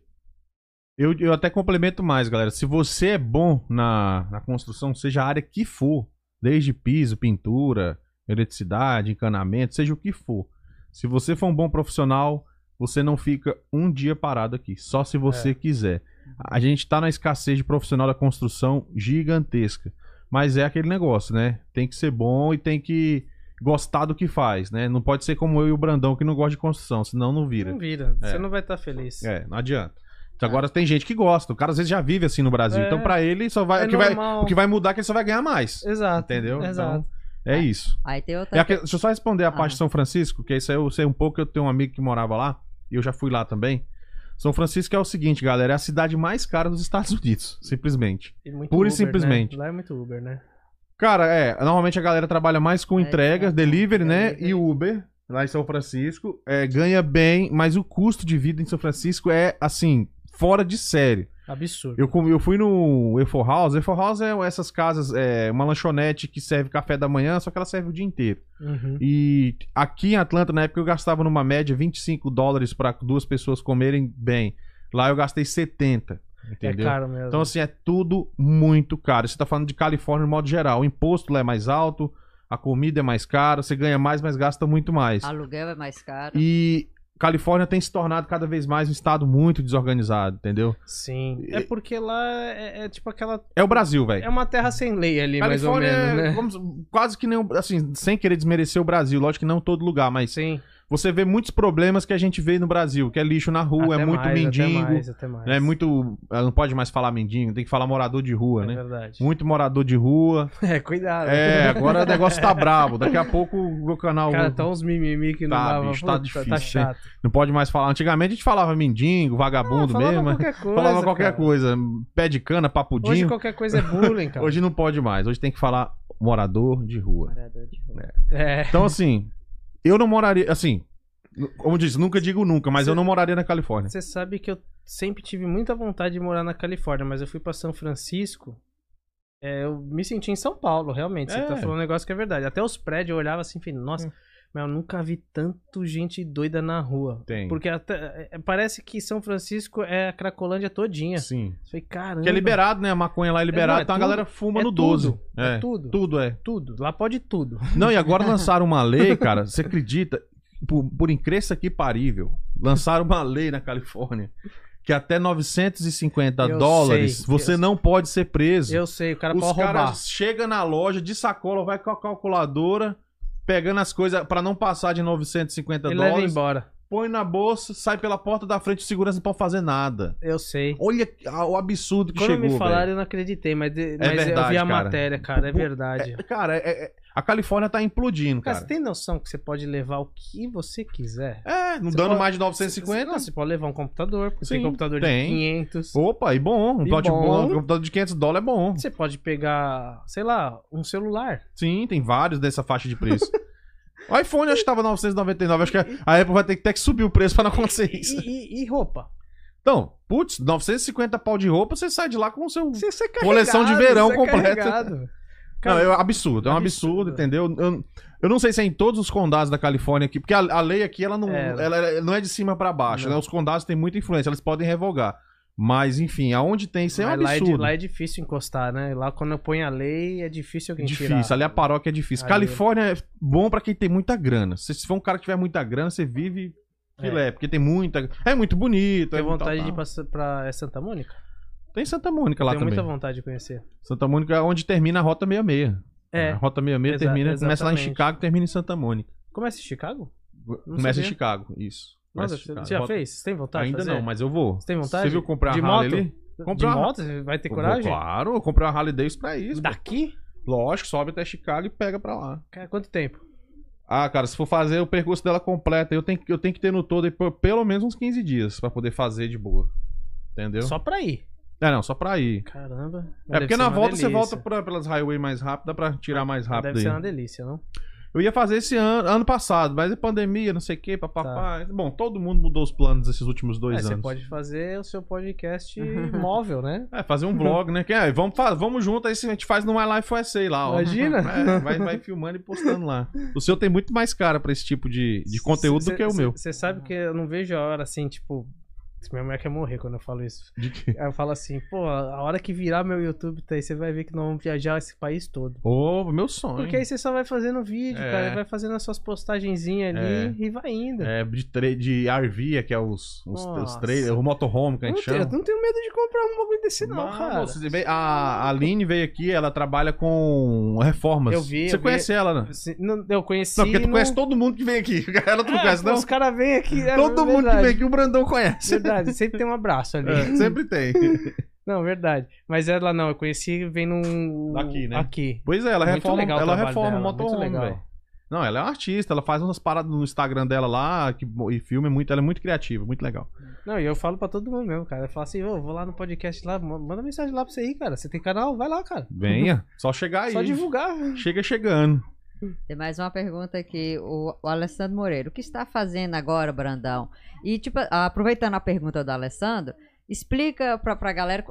Eu até complemento mais, galera. Se você é bom na construção, seja a área que for, desde piso, pintura, eletricidade, encanamento, seja o que for. Se você for um bom profissional, você não fica um dia parado aqui, só se você quiser. A gente tá na escassez de profissional da construção gigantesca. Mas é aquele negócio, né? Tem que ser bom e tem que gostar do que faz, né? Não pode ser como eu e o Brandão que não gosta de construção, senão não vira. Não vira, você não vai estar feliz. Não adianta. Então, agora tem gente que gosta, o cara às vezes já vive assim no Brasil. Então pra ele só vai, o que vai mudar é que ele só vai ganhar mais. Exato. Entendeu? Exato. Então, é isso. Aí tem outra... Deixa eu só responder a parte de São Francisco, que isso aí eu sei um pouco, eu tenho um amigo que morava lá, e eu já fui lá também. São Francisco é o seguinte, galera, é a cidade mais cara dos Estados Unidos, simplesmente. Pura e simplesmente. Né? Lá é muito Uber, né? Cara, normalmente a galera trabalha mais com entregas, delivery, né? E Uber, lá em São Francisco. Ganha bem, mas o custo de vida em São Francisco é, assim, fora de série. Absurdo. Eu fui no E4 House. E4 House é essas casas, uma lanchonete que serve café da manhã, só que ela serve o dia inteiro. E aqui em Atlanta, na época, eu gastava numa média $25 para 2 pessoas comerem bem. Lá eu gastei 70. Entendeu? É caro mesmo. Então, assim, é tudo muito caro. Você tá falando de Califórnia no modo geral. O imposto lá é mais alto, a comida é mais cara, você ganha mais, mas gasta muito mais. Aluguel é mais caro. E Califórnia tem se tornado cada vez mais um estado muito desorganizado, entendeu? Sim. É porque lá é tipo aquela... É o Brasil, velho. É uma terra sem lei ali, Califórnia, mais ou menos, né? quase que nem, assim, sem querer desmerecer o Brasil. Lógico que não todo lugar, mas... Sim. você vê muitos problemas que a gente vê no Brasil, que é lixo na rua, Até é muito mais, mendigo. até mais. É muito. Não pode mais falar mendigo, tem que falar morador de rua, É né? verdade. Muito morador de rua. Cuidado. Agora o negócio tá brabo. Daqui a pouco o meu canal. Cara, tá uns mimimi que não Tá, dava. bicho, tá Puta, difícil, Tá hein? chato. Não pode mais falar. Antigamente a gente falava mendigo, vagabundo Falava mesmo. qualquer coisa, Falava qualquer cara. coisa. Pé de cana, Hoje papudinho. qualquer coisa é bullying, cara. Hoje não pode mais. Hoje tem que falar morador de rua. Morador de rua. Então, assim, eu não moraria. Assim, como eu disse, nunca digo nunca, mas eu não moraria na Califórnia. Você sabe que eu sempre tive muita vontade de morar na Califórnia, mas eu fui pra São Francisco. Eu me senti em São Paulo, realmente. Você tá falando um negócio que é verdade. Até os prédios eu olhava assim e falei, nossa, mas eu nunca vi tanto gente doida na rua. Tem. Porque parece que São Francisco é a Cracolândia todinha. Sim. Eu falei, caramba. Que é liberado, né? A maconha lá é liberada, Não, então tudo. a galera fuma É no tudo. 12. É tudo. Tudo é. Tudo. Lá pode tudo. Não, e agora lançaram uma lei, cara, você acredita? Por incrível que parível, lançaram uma lei na Califórnia que até 950 Eu dólares sei, você não pode ser preso. Eu sei, o cara Os pode roubar. caras chegam na loja de sacola, vai com a calculadora, pegando as coisas pra não passar de 950 Ele leva dólares, embora. põe na bolsa, sai pela porta da frente, segurança não pode fazer nada. Eu sei. Olha o absurdo que Quando chegou, me falaram, velho. eu não acreditei, mas eu verdade, vi a cara. matéria, cara. É verdade. Cara, a Califórnia tá implodindo, Cara, cara. você tem noção que você pode levar o que você quiser? Não Você dando pode- mais de 950. Não, você pode levar um computador, porque Sim, tem computador tem. de 500. Opa, e bom. Um E notebook, bom. um computador de 500 dólares é bom. Você pode pegar, sei lá, um celular. Sim, tem vários dessa faixa de preço. O iPhone acho que tava 999. Acho que a Apple vai ter que subir o preço pra não acontecer isso. E roupa. Então, putz, 950 pau de roupa, você sai de lá com o seu... Você é Coleção de verão você é completa. carregado. Não, é um absurdo, absurdo. entendeu? Eu não sei se é em todos os condados da Califórnia aqui, porque a lei aqui, ela não é de cima pra baixo, Não. né? Os condados têm muita influência, eles podem revogar. Mas, enfim, aonde tem, isso é um Mas absurdo. lá é difícil encostar, né? Lá quando eu ponho a lei, é difícil alguém tirar. Difícil, ali a paróquia é difícil. Ali- Califórnia é bom pra quem tem muita grana. Se for um cara que tiver muita grana, você vive filé, porque tem muita... É muito bonito. Tem é vontade tal, de ir tal. pra Santa Mônica? Tem Santa Mônica lá Tenho também. muita vontade de conhecer. Santa Mônica é onde termina a Rota 66. A Rota 66 termina, começa lá em exatamente. Chicago, termina em Santa Mônica. Começa em Chicago? Não Começa em sabia. Chicago, isso. Começa Nossa, em Chicago. você já Rota- fez? Você tem vontade de Ainda fazer? não, mas eu vou. Você tem vontade? Você viu comprar De a Harley moto? ali? De Comprei uma- moto? Você vai ter Eu coragem? vou, claro, eu comprei uma Harley Davidson pra isso. pô. Daqui? Lógico, sobe até Chicago e pega pra lá. Cara, quanto tempo? Ah, cara, se for fazer o percurso dela completa, eu tenho que ter no todo aí pelo menos uns 15 dias pra poder fazer de boa. Entendeu? Só pra ir. Não, só pra ir. Caramba. É porque na volta você volta pelas highway mais rápido, dá pra tirar mais rápido Deve aí. ser uma delícia, não? Eu ia fazer esse ano passado, mas é pandemia, não sei o que, papapá. Bom, todo mundo mudou os planos esses últimos 2 Você anos. pode fazer o seu podcast móvel, né? Fazer um vlog, né? Vamos junto, aí a gente faz no My Life USA lá, ó. Imagina. Vai filmando e postando lá. O seu tem muito mais cara pra esse tipo de conteúdo do que o meu. Você sabe que eu não vejo a hora assim, tipo... Minha mulher quer morrer quando eu falo isso. De quê? Aí eu falo assim, pô, a hora que virar meu YouTube, tá aí, você vai ver que nós vamos viajar esse país todo. Ô, meu sonho. Porque aí você só vai fazendo vídeo, É. cara, vai fazendo as suas postagenzinhas ali e vai indo. De RV, que é os Nossa. trailers, o motorhome que a gente Eu chama. não tenho medo de comprar um bagulho desse não, Mano, cara. você vê- a Aline veio aqui, ela trabalha com reformas. Eu vi, Você eu vi. conhece ela, né? Eu conheci... Não, porque tu no- conhece todo mundo que vem aqui. Ela tu não conhece, não? Os caras vêm aqui... Todo mundo que vem aqui, o Brandão conhece. Verdade, sempre tem um abraço ali. Sempre tem. Não, verdade. Mas ela não, eu conheci vendo Aqui, né? Aqui. Pois é, ela Muito reforma, legal o ela trabalho reforma o dela, muito motorhome, legal. velho. Não, ela é uma artista, ela faz umas paradas no Instagram dela lá e filma muito, ela é muito criativa, muito legal. Não, e eu falo pra todo mundo mesmo, cara. Eu falo assim, ô, vou lá no podcast lá, manda mensagem lá pra você aí, cara. Você tem canal? Vai lá, cara. Venha, só chegar aí. Só divulgar. Chega chegando. Tem mais uma pergunta aqui, o Alessandro Moreira. O que está fazendo agora, Brandão? E, tipo, aproveitando a pergunta do Alessandro, explica pra galera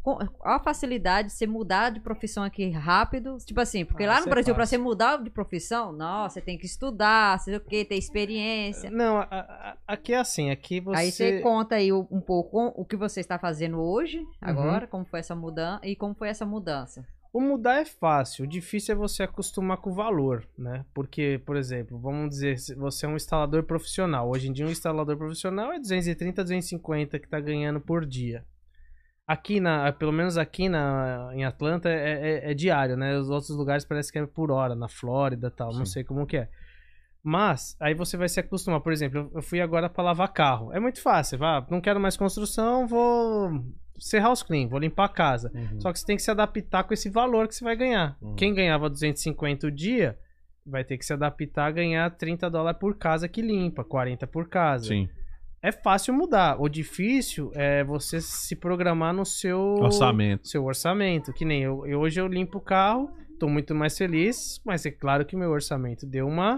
a facilidade de você mudar de profissão aqui rápido. Tipo assim, porque lá isso no é Brasil, pra fácil. você mudar de profissão, nossa, você tem que estudar, sei o quê, ter experiência. Não, aqui é assim, aqui você... Aí você conta aí um pouco o que você está fazendo hoje, agora, como foi essa mudança e como foi essa mudança. O mudar é fácil, o difícil é você acostumar com o valor, né? Porque, por exemplo, vamos dizer, se você é um instalador profissional. Hoje em dia um instalador profissional é 230, 250 que tá ganhando por dia. Aqui, pelo menos aqui em Atlanta, é diário, né? Os outros lugares parece que é por hora, na Flórida e tal, não sei como que é. Mas, aí você vai se acostumar. Por exemplo, eu fui agora pra lavar carro. É muito fácil. Não quero mais construção, vou ser house clean, vou limpar a casa. Só que você tem que se adaptar com esse valor que você vai ganhar. Quem ganhava 250 o dia, vai ter que se adaptar a ganhar $30 por casa que limpa, 40 por casa. Sim. É fácil mudar. O difícil é você se programar no seu orçamento. Que nem hoje eu limpo o carro, tô muito mais feliz, mas é claro que meu orçamento deu uma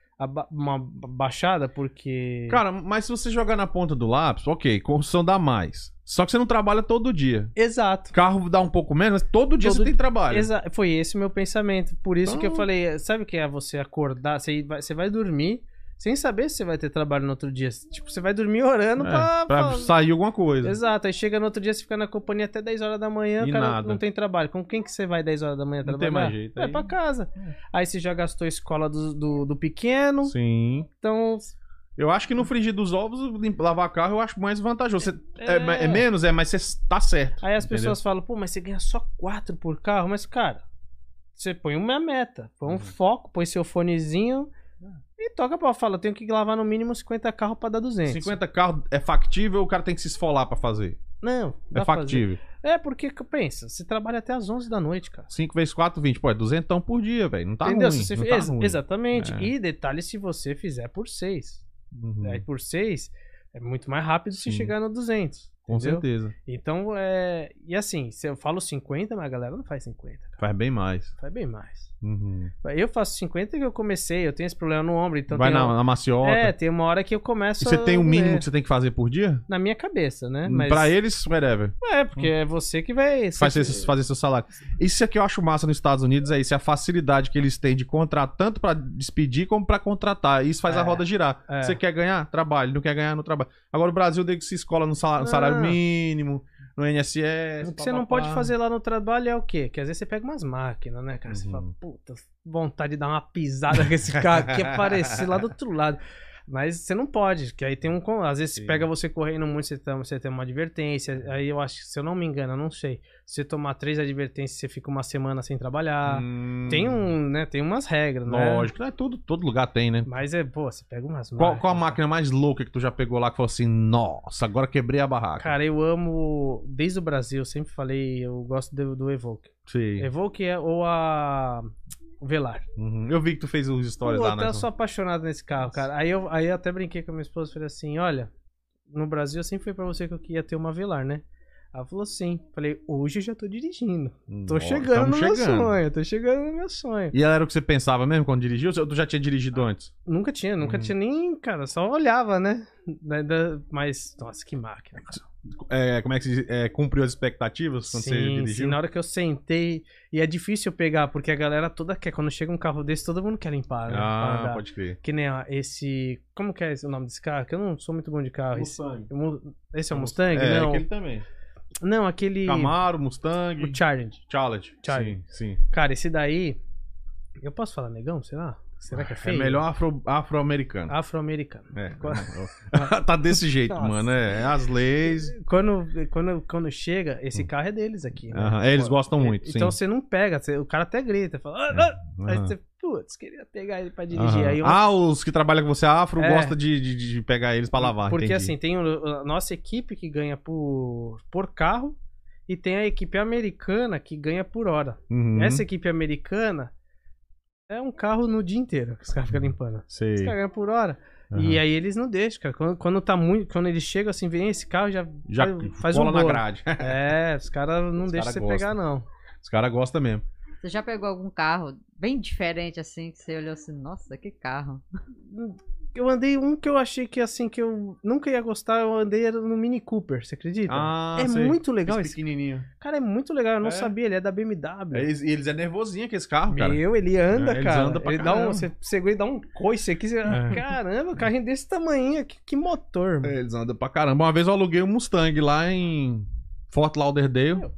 baixada, porque... Cara, mas se você jogar na ponta do lápis, ok, construção dá mais. Só que você não trabalha todo dia. Exato. Carro dá um pouco menos, mas todo dia você tem trabalho. Foi esse o meu pensamento. Por isso que eu falei, sabe o que é você acordar, você vai dormir sem saber se você vai ter trabalho no outro dia. Tipo, você vai dormir orando pra sair alguma coisa. Exato. Aí chega no outro dia, você fica na companhia até 10 horas da manhã, E cara, nada. não tem trabalho. Com quem que você vai 10 horas da manhã Não trabalhar? tem mais jeito. Vai Aí... pra casa. Aí você já gastou a escola do pequeno. Sim. Então... Eu acho que no frigir dos ovos, lavar carro, eu acho mais vantajoso. É menos, mas você tá certo. Aí as pessoas falam, pô, mas você ganha só 4 por carro. Mas, cara, você põe uma meta, põe um foco, põe seu fonezinho e toca pra falar, eu tenho que lavar no mínimo 50 carros pra dar 200. 50 carros é factível ou o cara tem que se esfolar pra fazer? Não, É factível. Porque, pensa, você trabalha até as 11 da noite, cara. 5 vezes 4, 20. Pô, é 200 por dia, velho. Não tá Entendeu? ruim. Se não você tá ruim. Exatamente. E detalhe se você fizer por 6. Aí por 6 é muito mais rápido se chegar no 200. Com entendeu? certeza. Então, e assim, se eu falo 50, mas a galera não faz 50. Cara. Faz bem mais. Faz bem mais. Uhum. Eu faço 50 que eu comecei, eu tenho esse problema no ombro, então Vai na maciota. tem uma hora que eu começo E você tem o doer. mínimo que você tem que fazer por dia? Na minha cabeça, né? Mas... Pra eles, whatever. porque é você que vai... Fazer seu salário. Isso é que eu acho massa nos Estados Unidos, é isso. É a facilidade que eles têm de contratar, tanto pra despedir como pra contratar. Isso faz a roda girar. Você quer ganhar? Trabalho. Não quer ganhar? Não trabalha. Agora o Brasil tem que se escola no salário mínimo, no INSS. O que você não pode fazer lá no trabalho é o quê? Que às vezes você pega umas máquinas, né, cara? Você fala, puta, vontade de dar uma pisada com esse carro aqui, aparecer lá do outro lado. Mas você não pode, que aí tem um... Às vezes pega você correndo muito, você tem uma advertência. Aí eu acho que, se eu não me engano, eu não sei. Se você tomar 3 advertências, você fica uma semana sem trabalhar. Tem tem umas regras, né? Lógico, todo lugar tem, né? Mas você pega umas Qual a máquina mais louca que tu já pegou lá que falou assim, nossa, agora quebrei a barraca? Cara, eu amo... Desde o Brasil, eu sempre falei, eu gosto do Evoque. Sim. Evoque ou a... Velar. Eu vi que tu fez os stories lá, né? Eu sou apaixonado nesse carro, cara. Aí eu até brinquei com a minha esposa e falei assim, olha, no Brasil eu sempre falei pra você que eu queria ter uma Velar, né? Ela falou sim. Falei, hoje eu já tô dirigindo. Tô chegando no meu sonho. Tô chegando no meu sonho. E ela era o que você pensava mesmo quando dirigiu? Ou tu já tinha dirigido antes? Nunca tinha nem, cara, só olhava, né? Mas, nossa, que máquina, cara. Como é que se diz? Cumpriu as expectativas quando você dirigiu? Sim, na hora que eu sentei. E é difícil eu pegar, porque a galera toda quer. Quando chega um carro desse, todo mundo quer limpar, né? Ah, pode crer. Que nem esse. Como que é o nome desse carro? Que eu não sou muito bom de carro. Mustang. Esse é o Mustang? Não. Aquele também. Não, aquele. Camaro, Mustang. O Challenge. Sim, sim. Cara, esse daí. Eu posso falar negão, será? Será que é feio? É melhor afro-americano. Afro-americano. Tá desse jeito, Nossa. mano. É as leis. Quando chega, esse carro é deles aqui. Né? Eles gostam muito. Então sim. você não pega, o cara até grita, fala. Aí você, putz, queria pegar ele pra dirigir. Aí os que trabalham com você afro gostam de pegar eles pra lavar. Porque entendi. assim, tem a nossa equipe que ganha por carro e tem a equipe americana que ganha por hora. Essa equipe americana é um carro no dia inteiro que os caras ficam limpando. Sei. Os caras ganham por hora. E aí eles não deixam, cara. Quando eles chegam assim, vem esse carro, já faz cola um na bolo. grade. Os caras não deixam você pegar, não. Os caras gostam mesmo. Você já pegou algum carro bem diferente assim, que você olhou assim, nossa, que carro? Eu andei um que eu achei que assim, que eu nunca ia gostar, eu andei era no Mini Cooper, você acredita? Sei. Muito legal esse pequenininho. Cara, é muito legal, eu não sabia, ele é da BMW. Eles é nervosinho que esse carro, cara. Ele anda, Eles cara. andam pra ele caramba. você segura e dá um coice aqui, você... caramba, carrinho desse tamanho, que motor, mano. Eles andam pra caramba. Uma vez eu aluguei um Mustang lá em Fort Lauderdale.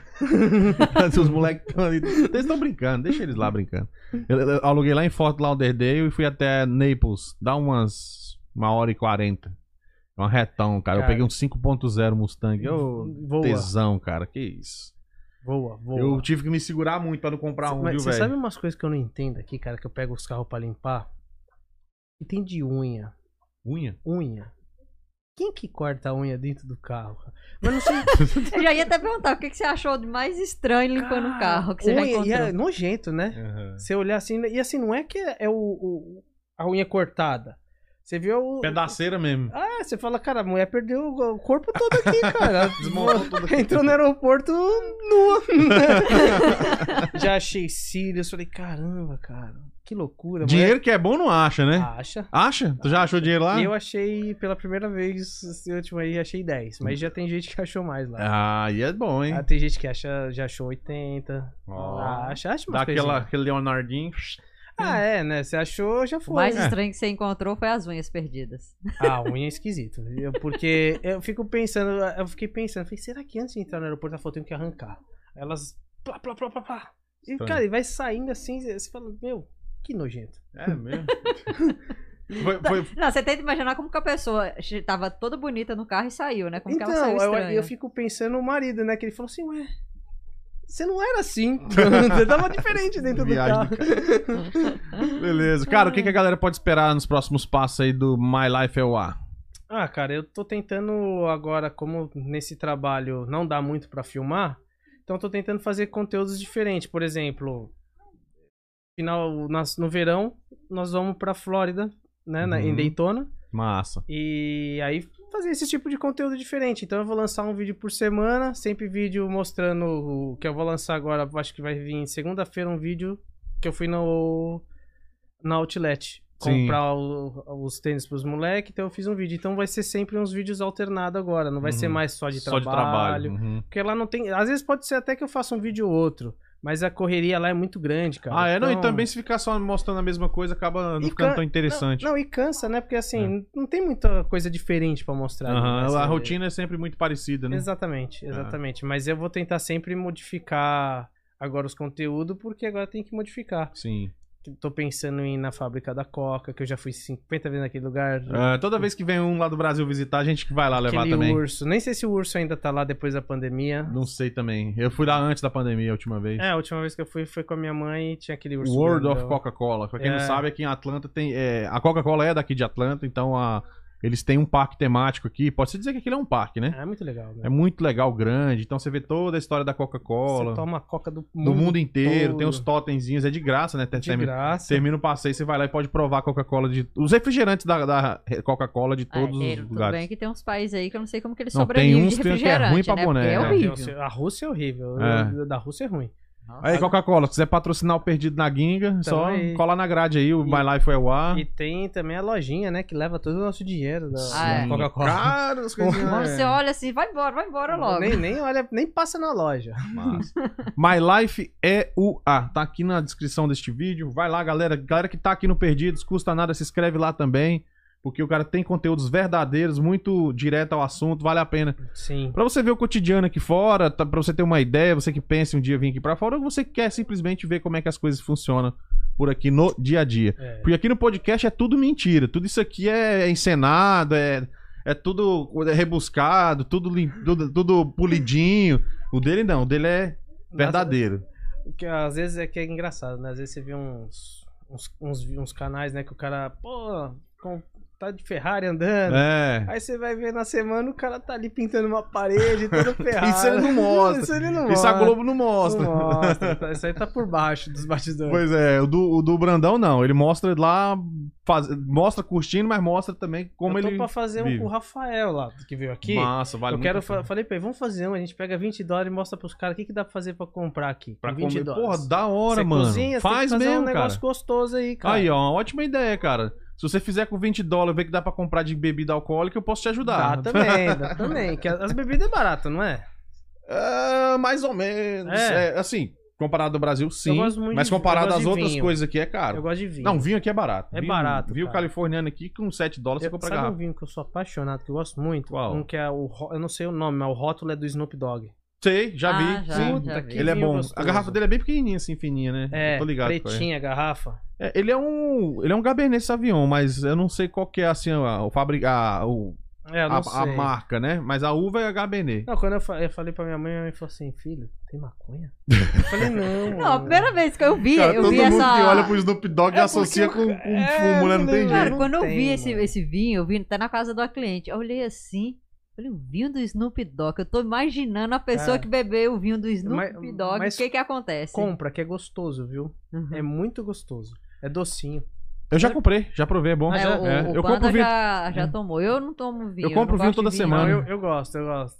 Os moleques estão ali. Eles estão brincando, deixa eles lá brincando. Eu aluguei lá em Fort Lauderdale e fui até Naples. Dá umas 1h40. É um retão, cara. Eu peguei um 5.0 Mustang. Tesão, cara. Que isso. Voa. Eu tive que me segurar muito pra não comprar viu, velho? Você sabe umas coisas que eu não entendo aqui, cara, que eu pego os carros pra limpar? E tem de unha. Unha? Unha. Quem que corta a unha dentro do carro? Mas não sei. Eu já ia até perguntar o que você achou de mais estranho limpando o carro que você já unha, encontrou. e é nojento, né? Uhum. Você olhar assim, e assim, não é que é a unha cortada. Você viu o. Pedaceira mesmo. Ah, você fala, cara, a mulher perdeu o corpo todo aqui, cara. Desmontou tudo aqui. Entrou no aeroporto nua. Já achei cílios, falei, caramba, cara, que loucura. Dinheiro que é bom não acha, né? Acha. Acha? Tu já achou dinheiro lá? Eu achei pela primeira vez, esse último aí, achei 10. Mas já tem gente que achou mais lá. Ah, e é bom, hein? Ah, tem gente que já achou 80. Ó. Acha umas Dá coisinhas. aquele Leonardinho. Ah, é, né? Você achou, já O foi. mais né? estranho que você encontrou foi as unhas perdidas. Ah, unha é esquisito. Porque eu fiquei pensando, falei, será que antes de entrar no aeroporto ela falou, tenho que arrancar? Elas, plá, plá, plá, plá, plá. E, Estranho. cara, e vai saindo assim, você fala, meu, que nojento. É mesmo? Foi. Não, você tenta imaginar como que a pessoa tava toda bonita no carro e saiu, né? Como que ela saiu Então, estranha. eu fico pensando no marido, né? Que ele falou assim, ué, você não era assim. Você tava diferente dentro do Viagem carro. do Beleza. Cara, o que a galera pode esperar nos próximos passos aí do My Life LA? Ah, cara, eu tô tentando agora, como nesse trabalho não dá muito pra filmar, então eu tô tentando fazer conteúdos diferentes. Por exemplo, no verão, nós vamos pra Flórida, né, em Uhum. Daytona, Massa. e aí fazer esse tipo de conteúdo diferente. Então eu vou lançar um vídeo por semana, sempre vídeo mostrando o que eu vou lançar agora, acho que vai vir segunda-feira um vídeo que eu fui na Outlet. Sim. Comprar os tênis pros moleques, então eu fiz um vídeo. Então vai ser sempre uns vídeos alternados agora, não vai ser mais só de Só trabalho. de trabalho. Uhum. Porque lá não tem. Às vezes pode ser até que eu faça um vídeo ou outro, mas a correria lá é muito grande, cara. Ah, é? Não, e Então- também se ficar só mostrando a mesma coisa, acaba não E ficando can- tão interessante. Não, e cansa, né? Porque assim, não tem muita coisa diferente pra mostrar. ali, Aham, né? a Você- rotina é sempre muito parecida, né? Exatamente, exatamente. Mas eu vou tentar sempre modificar agora os conteúdos, porque agora tem que modificar. Sim. Tô pensando em ir na fábrica da Coca, que eu já fui 50 vezes naquele lugar. Toda vez que vem um lá do Brasil visitar, a gente que vai lá levar Aquele também. urso. Nem sei se o urso ainda tá lá depois da pandemia. Não sei também. Eu fui lá antes da pandemia a última vez. É, a última vez que eu fui foi com a minha mãe e tinha aquele urso. World of grandão. Coca-Cola. Pra quem não É. sabe, aqui em Atlanta tem. A Coca-Cola é daqui de Atlanta, então eles têm um parque temático aqui. Pode-se dizer que aquilo é um parque, né? É muito legal, né? É muito legal, grande. Então você vê toda a história da Coca-Cola. Você toma Coca do Do mundo inteiro, todo. tem os totemzinhos, é de graça, né? De graça. Termina o passeio, você vai lá e pode provar a Coca-Cola os refrigerantes da Coca-Cola de todos os Tudo lugares. bem que tem uns países aí que eu não sei como que eles Não, sobrevivem tem uns de que é refrigerante, ruim pra né? boné, Porque é né? horrível. A Rússia é horrível. É. Da Rússia é ruim. Aí, Coca-Cola, se quiser patrocinar o Perdido na Guinga, só aí. cola na grade aí, o My Life LA. E tem também a lojinha, né? Que leva todo o nosso dinheiro da Ah, é. Coca-Cola. Cara, as coisinhas, Quando é. você olha assim, vai embora logo. Nem olha, nem passa na loja. Massa. My Life EUA. Tá aqui na descrição deste vídeo. Vai lá, galera. Galera que tá aqui no Perdidos, custa nada, se inscreve lá também. Porque o cara tem conteúdos verdadeiros, muito direto ao assunto, vale a pena. Sim. Pra você ver o cotidiano aqui fora, pra você ter uma ideia, você que pensa em um dia vir aqui pra fora, ou você quer simplesmente ver como é que as coisas funcionam por aqui no dia a dia. É. Porque aqui no podcast é tudo mentira. Tudo isso aqui é encenado, é tudo rebuscado, tudo polidinho. O dele não, o dele é verdadeiro. Que às vezes é que é engraçado, né? Às vezes você vê uns canais, né? Que o cara, pô, tá de Ferrari andando. É. Aí você vai ver na semana o cara tá ali pintando uma parede, todo ferrado. Isso ele não mostra. Isso ele não Isso a mostra. Globo não mostra. Não mostra. Isso aí tá por baixo dos bastidores. Pois é, o do Brandão não. Ele mostra lá, mostra curtindo, mas mostra também como eu tô ele pra fazer vive. um com o Rafael lá, que veio aqui. Massa, vale eu muito quero, a pena. falei pra ele, vamos fazer um, a gente pega $20 e mostra pros caras o que dá pra fazer pra comprar aqui. Pra com $20. comer. Porra, da hora, Você mano. cozinha, Faz você tem que fazer mesmo, um negócio cara. gostoso aí, cara. Aí, ó, uma ótima ideia, cara. Se você fizer com $20, ver que dá pra comprar de bebida alcoólica, eu posso te ajudar. Dá também. Que as bebidas é barato, não é? Mais ou menos. É. Assim, comparado ao Brasil, sim. Eu gosto muito Mas de- comparado eu gosto às de outras vinho. coisas aqui, é caro. Eu gosto de vinho. Não, vinho aqui é barato. É barato, Vinho cara. californiano aqui, com $7 você compra Sabe um garrafa. vinho que eu sou apaixonado, que eu gosto muito? Qual? Um que é eu não sei o nome, mas o rótulo é do Snoop Dogg. Sei, já Ah, vi. já, sim. já vi. Ele é vinho bom. gostoso. A garrafa dele é bem pequenininha, assim, fininha, né? É, Eu tô ligado. qual é. pretinha a garrafa. Ele é um Cabernet Sauvignon, mas eu não sei qual que é, assim, Eu não a sei. marca, né? Mas a uva é HBN. Não, quando eu falei pra minha mãe falou assim, filho, tem maconha? Eu falei, não. Não, a primeira vez que eu vi, Cara, eu todo vi mundo essa... que olha pro Snoop Dogg associa com fumo, né? Não tem Cara, jeito. quando eu vi tem, esse vinho, eu vi até na casa do cliente. Eu olhei assim, falei, o vinho do Snoop Dogg. Eu tô imaginando a pessoa que bebeu o vinho do Snoop Dogg. mas O que acontece? Compra, que é gostoso, viu? Uhum. É muito gostoso. É docinho. Eu já comprei, já provei, é bom. É, o Eu Panda compro vinho. já tomou. Eu não tomo vinho. Eu compro não vinho gosto toda de semana. Não, eu gosto.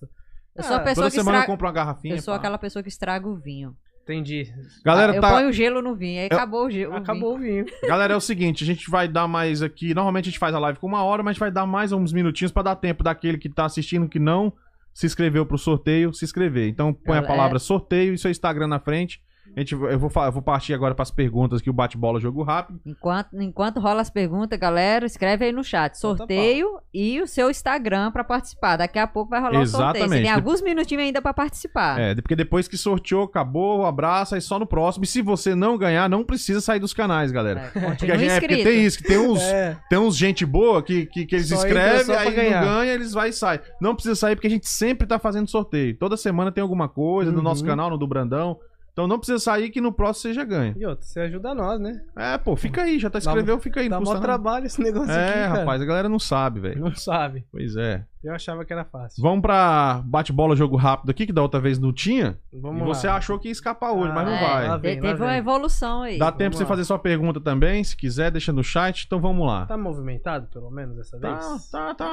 Eu sou a pessoa Toda que semana eu estraga... compro uma garrafinha. Eu sou pá. aquela pessoa que estraga o vinho. Entendi. Galera, Eu tá... ponho gelo no vinho, aí acabou o gelo. Acabou o vinho. Galera, é o seguinte, a gente vai dar mais aqui. Normalmente a gente faz a live com 1 hora, mas a gente vai dar mais uns minutinhos pra dar tempo daquele que tá assistindo que não se inscreveu pro sorteio, se inscrever. Então põe a palavra sorteio e seu Instagram na frente. Eu vou partir agora pras perguntas que o bate-bola jogo rápido. Enquanto rola as perguntas, galera, escreve aí no chat. Sorteio e o seu Instagram pra participar. Daqui a pouco vai rolar o sorteio. Você Exatamente. tem alguns minutinhos ainda pra participar. É, porque depois que sorteou, acabou, abraça e só no próximo. E se você não ganhar, não precisa sair dos canais, galera. Continua Porque inscrito. tem isso, que tem uns gente boa que eles Só escrevem, entra só pra aí ganhar. não ganha, eles vai e sai. Não precisa sair porque a gente sempre tá fazendo sorteio. Toda semana tem alguma coisa no nosso canal, no do Brandão. Então não precisa sair que no próximo você já ganha. E outra, você ajuda nós, né? É, pô, fica aí, já tá escreveu, fica aí. Dá Não mó custa nada. trabalho esse negócio aqui, É, cara. rapaz, a galera não sabe, velho. Não sabe. Pois é. Eu achava que era fácil. Vamos pra bate-bola jogo rápido aqui, que da outra vez não tinha. Vamos e você lá. achou que ia escapar hoje, mas não É, vai. lá vem, Teve uma vem. evolução aí. Dá tempo pra você lá. fazer sua pergunta também, se quiser, deixa no chat. Então vamos lá. Tá movimentado, pelo menos, dessa vez?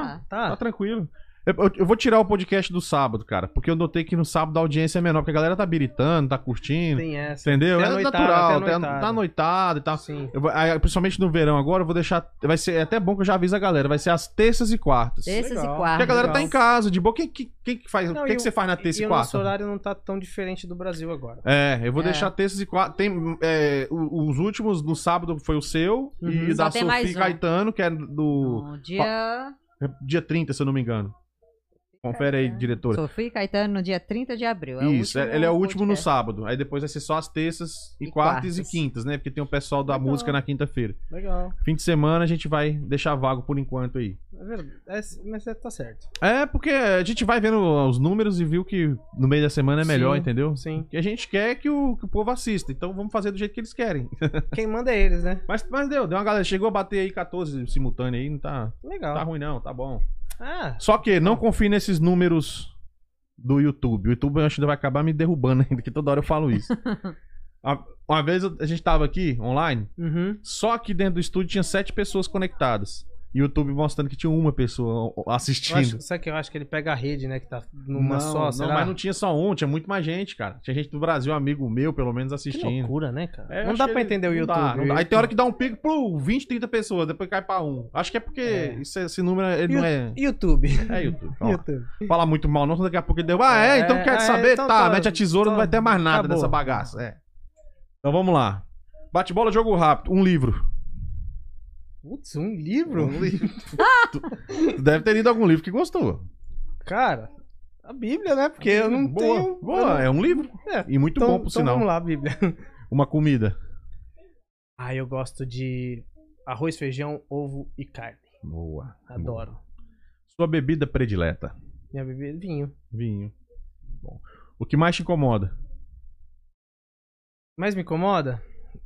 Tá tranquilo. Eu vou tirar o podcast do sábado, cara, porque eu notei que no sábado a audiência é menor, porque a galera tá biritando, tá curtindo, Tem essa. entendeu? Tem É anoitado, natural, tem tá anoitado e tal. Sim. Principalmente no verão agora, eu vou deixar. Vai ser até bom que eu já aviso a galera, vai ser às terças e quartas. Terças e Legal. quartas. Porque a galera tá legal. em casa, de boa. Quem que faz? Não, O que você faz na terça e o nosso quarta? horário não tá tão diferente do Brasil agora. É, eu vou É. deixar terças e quartas. Tem os últimos no sábado foi o seu e Só da tem Sofia mais e um. Caetano, que é do No dia... 30, se eu não me engano. Confere aí, diretora. Sofia e Caetano no dia 30 de abril. Isso, ele é o último no podcast. sábado. Aí depois vai ser só as terças e E quartas e quartas. quintas, né? Porque tem o pessoal da Legal. música na quinta-feira. Legal. Fim de semana a gente vai deixar vago por enquanto aí. É verdade. Mas tá certo. É, porque a gente vai vendo os números e viu que no meio da semana é melhor, Sim, entendeu? sim. Que a gente quer que o povo assista. Então vamos fazer do jeito que eles querem. Quem manda é eles, né? Mas deu uma galera. Chegou a bater aí 14 simultâneo aí, não tá Legal. ruim não, tá bom. Ah, Só que não confie nesses números do YouTube. O YouTube eu acho que ainda vai acabar me derrubando ainda, que toda hora eu falo isso. Uma vez a gente tava aqui, online, só que dentro do estúdio tinha 7 pessoas conectadas. E o YouTube mostrando que tinha uma pessoa assistindo. sabe que eu acho que ele pega a rede, né? Que tá numa Não, só, não, será? mas não tinha só um, tinha muito mais gente, cara. Tinha gente do Brasil, amigo meu, pelo menos, Que assistindo. loucura, né, cara? É, eu não acho dá que pra ele- entender o não YouTube. dá, não dá. Aí tem hora que dá um pico, 20, 30 pessoas, depois cai pra 1. Acho que é porque esse número ele não é. YouTube. É YouTube. Ó, YouTube. falar muito mal, não, daqui a pouco ele deu. Então quer saber? então tá, tá, mete a tesoura, não vai ter mais nada acabou. dessa bagaça. É. Então vamos lá. Bate-bola, jogo rápido. Um livro. Putz, um livro? Um livro. Tu deve ter lido algum livro que gostou. Cara, a Bíblia, né? Porque eu não boa, tenho... Boa, é um livro. É, E muito então, bom, por então sinal. vamos lá, Bíblia. Uma comida. Eu gosto de arroz, feijão, ovo e carne. Boa. Adoro. Boa. Sua bebida predileta. Minha bebida, vinho. Vinho. Bom. O que mais te incomoda? Mas me incomoda?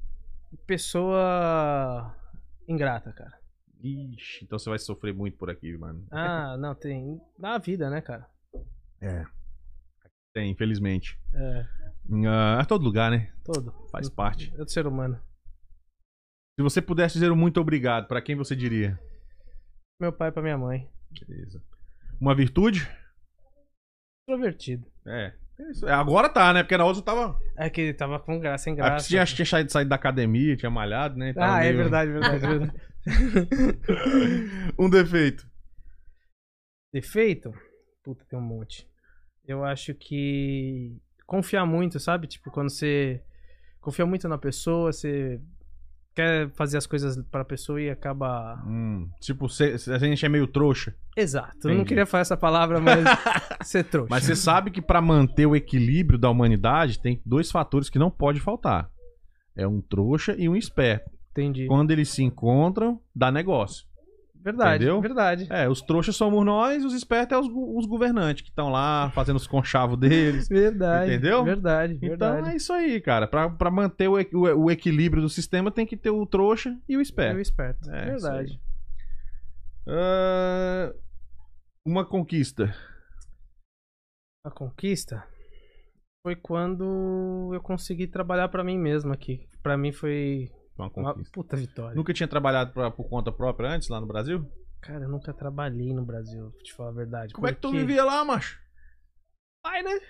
Pessoa ingrata, cara. Ixi, então você vai sofrer muito por aqui, mano. Não, tem... Na vida, né, cara? É. Tem, infelizmente. É, É todo lugar, né? todo. Faz parte. É do ser humano. Se você pudesse dizer um muito obrigado, pra quem você diria? Meu pai pra minha mãe. Beleza. Uma virtude? Extrovertido. É. Isso. Agora tá, né? Porque na outra eu tava. É que ele tava com graça, sem Ah, porque graça. você tinha saído da academia, tinha malhado, né? Tava É meio- verdade, verdade. Um defeito. Defeito? Puta, tem um monte. Eu acho que confiar muito, sabe? Tipo, quando você confia muito na pessoa, você quer fazer as coisas pra pessoa e acaba... Tipo, a gente é meio trouxa. Exato. Eu não Entendi. queria falar essa palavra, mas ser trouxa. Mas você sabe que pra manter o equilíbrio da humanidade, tem 2 fatores que não pode faltar. É um trouxa e um esperto. Entendi. Quando eles se encontram, dá negócio. Verdade, Entendeu? verdade. Os trouxas somos nós, os espertos é os governantes que estão lá fazendo os conchavos deles. Verdade. Entendeu? Verdade, Então verdade. é isso aí, cara. Pra manter o equilíbrio do sistema tem que ter o trouxa e o E esperto. o esperto. É, Verdade. Uma conquista. A conquista foi quando eu consegui trabalhar pra mim mesmo aqui. Pra mim foi Uma uma conquista. puta vitória. Nunca tinha trabalhado por conta própria antes, lá no Brasil? Cara, eu nunca trabalhei no Brasil, pra te falar a verdade. Como é que tu porque- vivia lá, macho? Pai, né?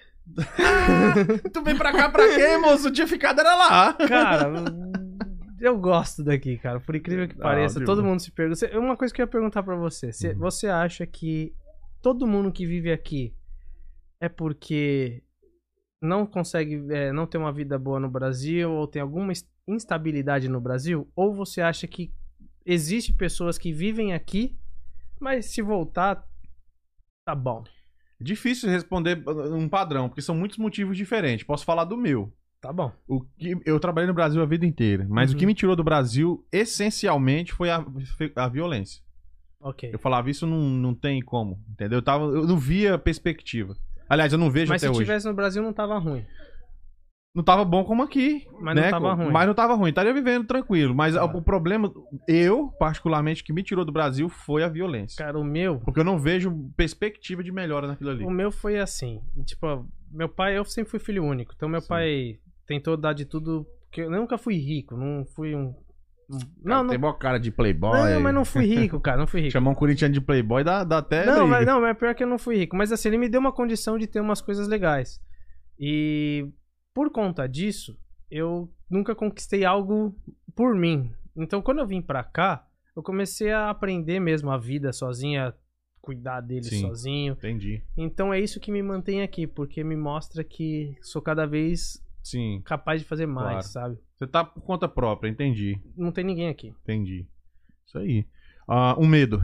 Tu vem pra cá pra quê, moço? Tinha ficado era lá. Cara, eu gosto daqui, cara. Por incrível que pareça, tipo- todo mundo se pergunta. Uma coisa que eu ia perguntar pra você. Você acha que todo mundo que vive aqui é porque não consegue, não tem uma vida boa no Brasil ou tem alguma instabilidade no Brasil? Ou você acha que existe pessoas que vivem aqui, mas se voltar, tá bom? Difícil responder um padrão, porque são muitos motivos diferentes. Posso falar do meu. Tá bom. Eu trabalhei no Brasil a vida inteira, mas o que me tirou do Brasil, essencialmente, foi a violência. Ok. Eu falava, isso não tem como, entendeu? Eu não via perspectiva. Aliás, eu não vejo Mas até se hoje. tivesse no Brasil, não tava ruim. Não tava bom como aqui. Mas né? não tava ruim. Mas não tava ruim. Estaria vivendo tranquilo. Mas Ah. o problema, particularmente, que me tirou do Brasil foi a violência. Cara, o meu... Porque eu não vejo perspectiva de melhora naquilo ali. O meu foi assim, tipo, meu pai, eu sempre fui filho único, então meu Sim. pai tentou dar de tudo, porque eu nunca fui rico, não fui Cara, tem mó cara de playboy. não, mas não fui rico, cara, não fui rico. Chamar um corintiano de playboy dá até Não, briga. mas pior que eu não fui rico, mas assim, ele me deu uma condição de ter umas coisas legais. E por conta disso, eu nunca conquistei algo por mim. Então quando eu vim pra cá, eu comecei a aprender mesmo a vida sozinho, a cuidar dele Sim. sozinho. Entendi. Então é isso que me mantém aqui, porque me mostra que sou cada vez Sim. capaz de fazer mais, Claro. sabe? Você tá por conta própria, entendi. Não tem ninguém aqui. Entendi. Isso aí. Um medo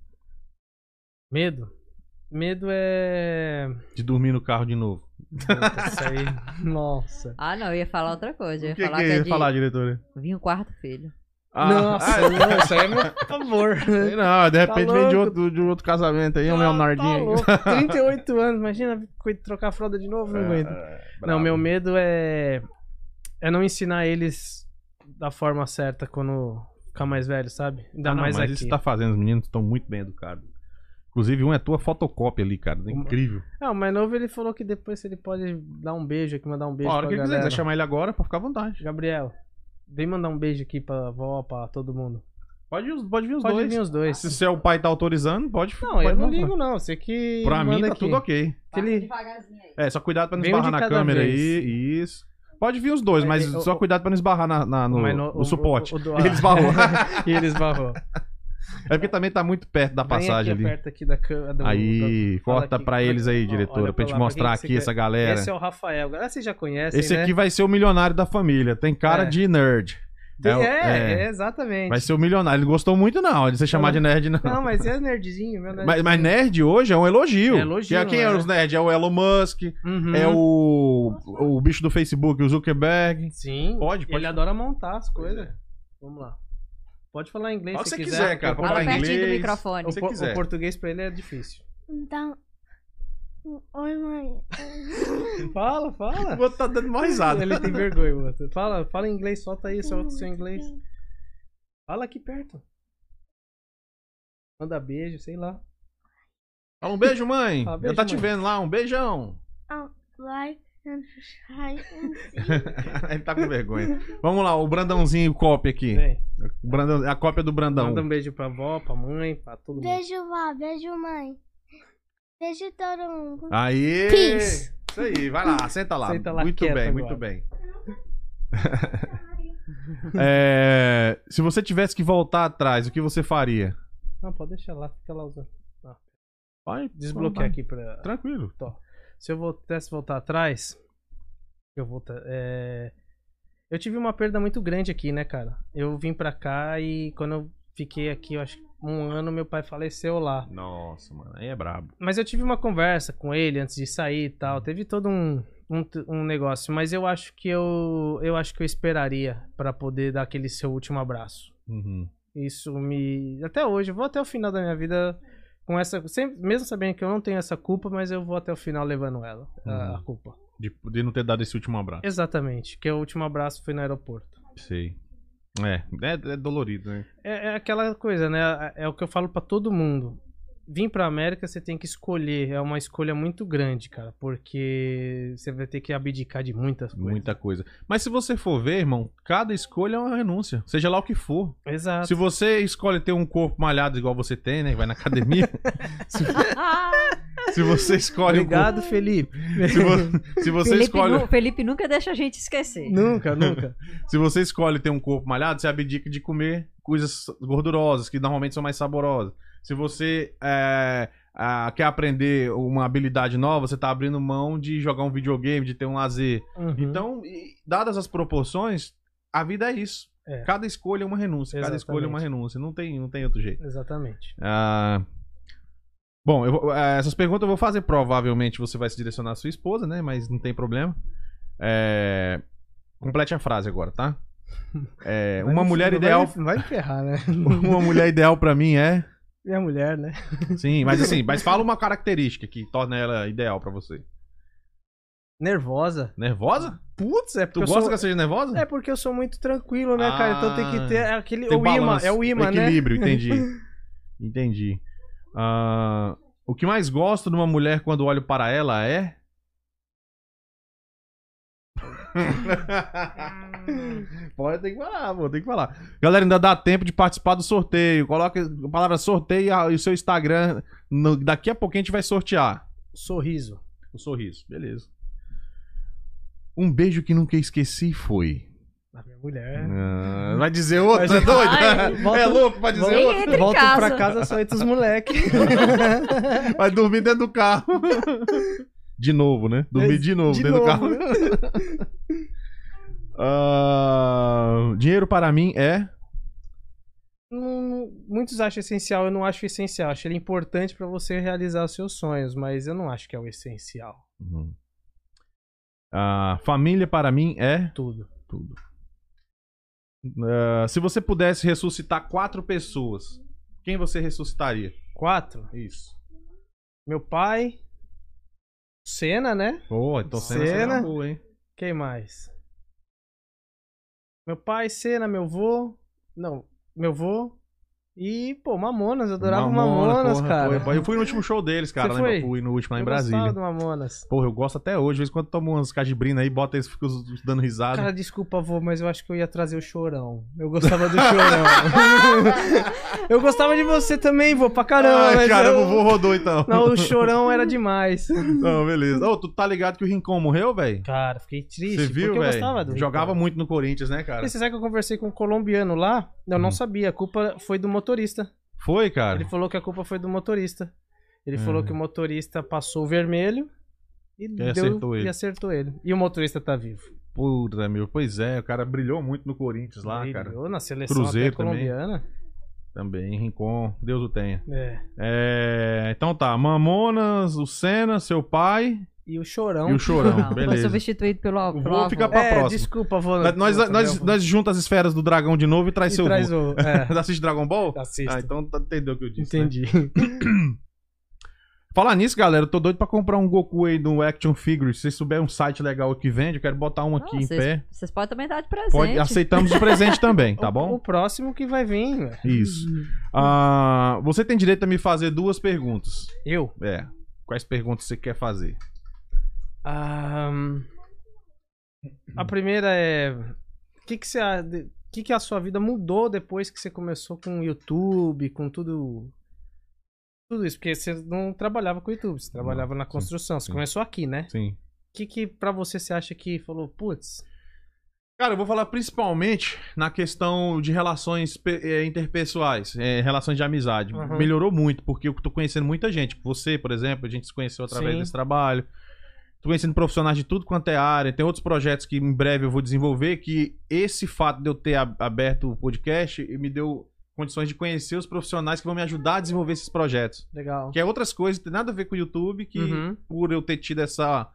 Medo? Medo é. de dormir no carro de novo. Puta, isso aí. Nossa. Ah, não, eu ia falar outra coisa. Eu ia O que falar que que ia é de falar, diretora? vir o quarto filho. Nossa, não, isso aí é meu favor. Não, de repente Tá vem louco. de outro casamento aí, um Tá Leonardinho. louco. 38 anos, imagina trocar a fralda de novo, não aguento. Não, meu medo é não ensinar eles da forma certa quando ficar mais velho, sabe? Ainda mais mas aqui. isso que você tá fazendo, os meninos estão muito bem educados. Inclusive, um é tua fotocópia ali, cara. É incrível. Não, o mais novo ele falou que depois ele pode dar um beijo aqui, mandar um beijo A hora pra que ele galera. quiser chamar ele agora, pode ficar à vontade. Gabriel, vem mandar um beijo aqui pra avó, pra todo mundo. Pode vir os Pode dois. vir os dois. Se seu pai tá autorizando, pode. Não, pode eu não mandar. ligo não, você que Pra mim manda tá aqui. tudo ok. Ele... devagarzinho aí. É, só cuidado pra não Vem um esbarrar de na cada câmera vez. aí. Isso. Pode vir os dois, mas o- só cuidado pra não esbarrar no suporte. Ele Ele esbarrou. E ele esbarrou. É porque também tá muito perto da passagem Vem aqui ali. perto aqui da câmera. Aí, fala corta aqui. pra eles aí, Ó, diretora, olha pra gente lá, mostrar quem aqui você essa quer. galera. Esse é o Rafael. Galera, vocês já conhecem, Esse né? aqui vai ser o milionário da família. Tem cara É. de nerd. Exatamente. Vai ser o milionário. Ele não gostou muito, não, de você chamar de nerd, não. Não, mas é nerdzinho, meu Mas nerd hoje é um elogio. É elogio, Quem é né? os nerds? É o Elon Musk, Uhum. é o bicho do Facebook, o Zuckerberg. Sim, Pode. ele adora montar as coisas. Vamos lá. Pode falar inglês Fala o se que você quiser. quiser, cara. porque Fala Fala pertinho do inglês. microfone. Se você quiser. O português pra ele é difícil. Então. Oi, mãe. Fala, fala. O outro tá dando uma risada. Ele tem vergonha, o outro. Fala em inglês, solta aí, solta o seu inglês. Fala aqui perto. Manda beijo, sei lá. Fala um beijo, mãe. Fala, beijo, Eu tá te mãe. vendo lá, um beijão. Vai. Ele tá com vergonha. Vamos lá, o Brandãozinho cópia aqui. Vem. O Brandão, a cópia do Brandão. Manda um beijo pra avó, pra mãe, pra todo mundo. Beijo, vó. Beijo, mãe. Beijo todo mundo. Aí. Peace. Isso aí, vai lá, senta lá. Senta lá muito quieto bem, agora. muito bem. Se você tivesse que voltar atrás, o que você faria? Não, pode deixar lá, fica lá usando. Vai, Desbloquear aqui pra. Tranquilo. Se eu pudesse voltar atrás, eu tive uma perda muito grande aqui, né, cara? Eu vim pra cá e quando eu fiquei aqui, eu acho que um ano, meu pai faleceu lá. Nossa, mano, aí é brabo. Mas eu tive uma conversa com ele antes de sair e tal. Teve todo um negócio. Mas eu acho que eu esperaria pra poder dar aquele seu último abraço. Uhum. Isso até hoje, eu vou até o final da minha vida com essa... mesmo sabendo que eu não tenho essa culpa, mas eu vou até o final levando ela, a culpa. De não ter dado esse último abraço. Exatamente, que o último abraço foi no aeroporto. Sei. É dolorido, né? É aquela coisa, né? É o que eu falo pra todo mundo. Vir pra América, você tem que escolher. É uma escolha muito grande, cara. Porque você vai ter que abdicar de muitas coisas. Muita coisa. Mas se você for ver, irmão, cada escolha é uma renúncia. Seja lá o que for. Exato. Se você escolhe ter um corpo malhado igual você tem, né? Vai na academia. Se você escolhe Obrigado, Felipe. Se você escolhe... Felipe nunca deixa a gente esquecer. Nunca, nunca. Se você escolhe ter um corpo malhado, você abdica de comer coisas gordurosas, que normalmente são mais saborosas. Se você quer aprender uma habilidade nova, você tá abrindo mão de jogar um videogame, de ter um lazer. Uhum. Então, dadas as proporções, a vida é isso. É. Cada escolha é uma renúncia. Cada Exatamente. escolha é uma renúncia. Não tem outro jeito. Exatamente. Bom, essas perguntas eu vou fazer. Provavelmente você vai se direcionar à sua esposa, né? Mas não tem problema. Complete a frase agora, tá? Uma mulher ideal... Vai me ferrar, né? Uma mulher ideal pra mim é... Minha mulher, né? Sim, mas fala uma característica que torna ela ideal pra você. Nervosa. Nervosa? Putz, é Tu porque gosta que ela seja nervosa? É porque eu sou muito tranquilo, né, cara? Então tem que ter aquele... Tem O imã, balanço, é o imã, né? equilíbrio, entendi. O que mais gosto de uma mulher quando olho para ela é... Pode ter que falar, pô, tem que falar. Galera, ainda dá tempo de participar do sorteio. Coloca a palavra sorteio e o seu Instagram. Daqui a pouquinho a gente vai sortear. Sorriso. O sorriso, beleza. Um beijo que nunca esqueci foi... A minha mulher. Vai dizer outro, Mas- é doido? Volta- É louco pra dizer Nem outro? entra em Volto casa. pra casa só entre os moleques. Vai dormir dentro do carro. De novo, né? Dormir de novo dentro do carro. Dinheiro para mim é... Muitos acham essencial, eu não acho essencial. Acho ele importante pra você realizar os seus sonhos, mas eu não acho que é o essencial. Família para mim é... Tudo. Tudo. Se você pudesse ressuscitar 4 pessoas, quem você ressuscitaria? 4. Isso. Meu pai. Senna, né? Pô, então Senna. Senna boa, hein? Quem mais? Meu pai, Senna, meu vô. Não, meu vô. E, pô, Mamonas. Eu adorava Mamonas, porra, cara. pô, eu fui no último show deles, cara. Você Né? foi? Eu fui no último lá em Eu Brasília. gostava do Mamonas. Porra, eu gosto até hoje. De vez em quando tomo umas cajibrinas aí, bota eles e ficam dando risada. Cara, desculpa, vô, mas eu acho que eu ia trazer o Chorão. Eu gostava do Chorão. Eu gostava de você também, vô, pra caramba. Mas cara, eu... o vovô rodou então. Não, o Chorão era demais. Não, beleza. Ô, tu tá ligado que o Rincon morreu, velho? Cara, fiquei triste. Você viu, porque eu gostava do velho? Jogava Rincon. muito no Corinthians, né, cara? E você sabe que eu conversei com um colombiano lá? Eu não sabia, a culpa foi do motorista. Foi, cara? Ele falou que a culpa foi do motorista. Ele falou que o motorista passou o vermelho e acertou ele. E o motorista tá vivo. Puta, meu. Pois é, o cara brilhou muito no Corinthians lá, cara. Brilhou na seleção Cruzeiro até colombiana. Também, Rincon. Deus o tenha. É. Então tá, Mamonas, o Senna, seu pai E o Chorão. e o Chorão, Não, foi beleza. substituído pelo Vou avô. ficar pra próxima. Desculpa, vô. Nós juntas as esferas do dragão de novo e traz seu traz vô. o... Assiste Dragon Ball? Assisto. Então entendeu o que eu disse. Né? Entendi. Falar nisso, galera, eu tô doido pra comprar um Goku aí do Action Figures. Se vocês souberem um site legal que vende, eu quero botar um aqui em pé. Vocês podem também dar de presente. Aceitamos de presente também, tá O bom? próximo que vai vir, velho. Isso. Você tem direito a me fazer 2 perguntas. Eu? Quais perguntas você quer fazer? A primeira é... O que a sua vida mudou depois que você começou com o YouTube, com tudo isso? Porque você não trabalhava com o YouTube, você trabalhava na construção. Você começou aqui, né? Sim. O que pra você acha que falou, putz... Cara, eu vou falar principalmente na questão de relações interpessoais, relações de amizade. Uhum. Melhorou muito, porque eu tô conhecendo muita gente. Você, por exemplo, a gente se conheceu através Sim. desse trabalho. Tô conhecendo profissionais de tudo quanto é área. Tem outros projetos que em breve eu vou desenvolver, que esse fato de eu ter aberto o podcast me deu condições de conhecer os profissionais que vão me ajudar a desenvolver esses projetos. Legal. Que é outras coisas, não tem nada a ver com o YouTube, que por eu ter tido essa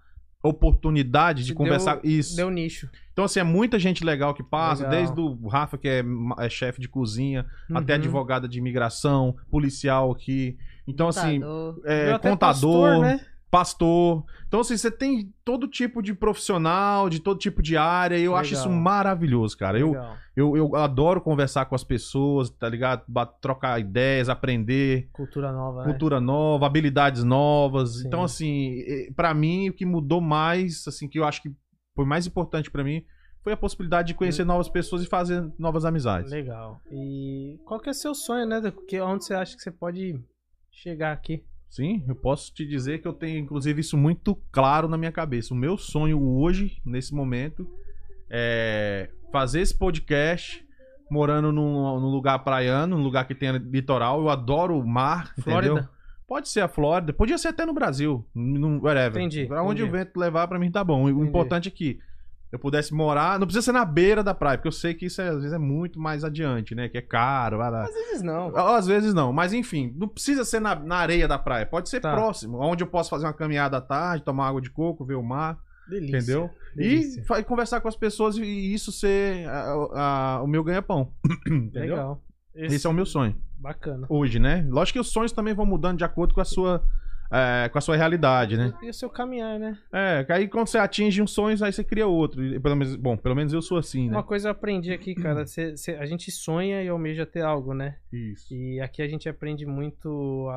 oportunidade de conversar. Isso. Deu nicho. Então, assim, é muita gente legal que passa, Legal. desde o Rafa, que é chefe de cozinha, até Uhum. advogada de imigração, policial aqui. Então, assim, Contador. Viu até contador, pastor, né? pastor. Então, assim, você tem todo tipo de profissional, de todo tipo de área, e eu acho isso Legal. maravilhoso, cara. Legal. Eu adoro conversar com as pessoas, tá ligado? Trocar ideias, aprender. Cultura nova, né? Cultura nova, habilidades novas. Sim. Então, assim, pra mim, o que mudou mais, assim, que eu acho que foi mais importante pra mim, foi a possibilidade de conhecer novas pessoas e fazer novas amizades. Legal. E qual que é o seu sonho, né? Onde você acha que você pode chegar aqui? Sim, eu posso te dizer que eu tenho, inclusive, isso muito claro na minha cabeça. O meu sonho hoje, nesse momento, é fazer esse podcast morando num lugar praiano, num lugar que tenha litoral. Eu adoro o mar, Flórida? entendeu? Pode ser a Flórida, podia ser até no Brasil, whatever. Entendi, Pra onde entendi. o vento levar, pra mim tá bom. O Entendi. importante é que eu pudesse morar, não precisa ser na beira da praia, porque eu sei que isso às vezes é muito mais adiante, né? Que é caro, vai lá. Às vezes não. Às vezes não, mas enfim, não precisa ser na areia da praia, pode ser Tá. próximo, onde eu posso fazer uma caminhada à tarde, tomar água de coco, ver o mar, Delícia. entendeu? Delícia. E conversar com as pessoas e isso ser o meu ganha-pão, entendeu? Legal. Esse é o meu sonho, Bacana. hoje, né? Lógico que os sonhos também vão mudando de acordo com a sua realidade, né? E o seu caminhar, né? Que aí quando você atinge um sonho, aí você cria outro. E pelo menos eu sou assim, né? Uma coisa eu aprendi aqui, cara. A gente sonha e almeja ter algo, né? Isso. E aqui a gente aprende muito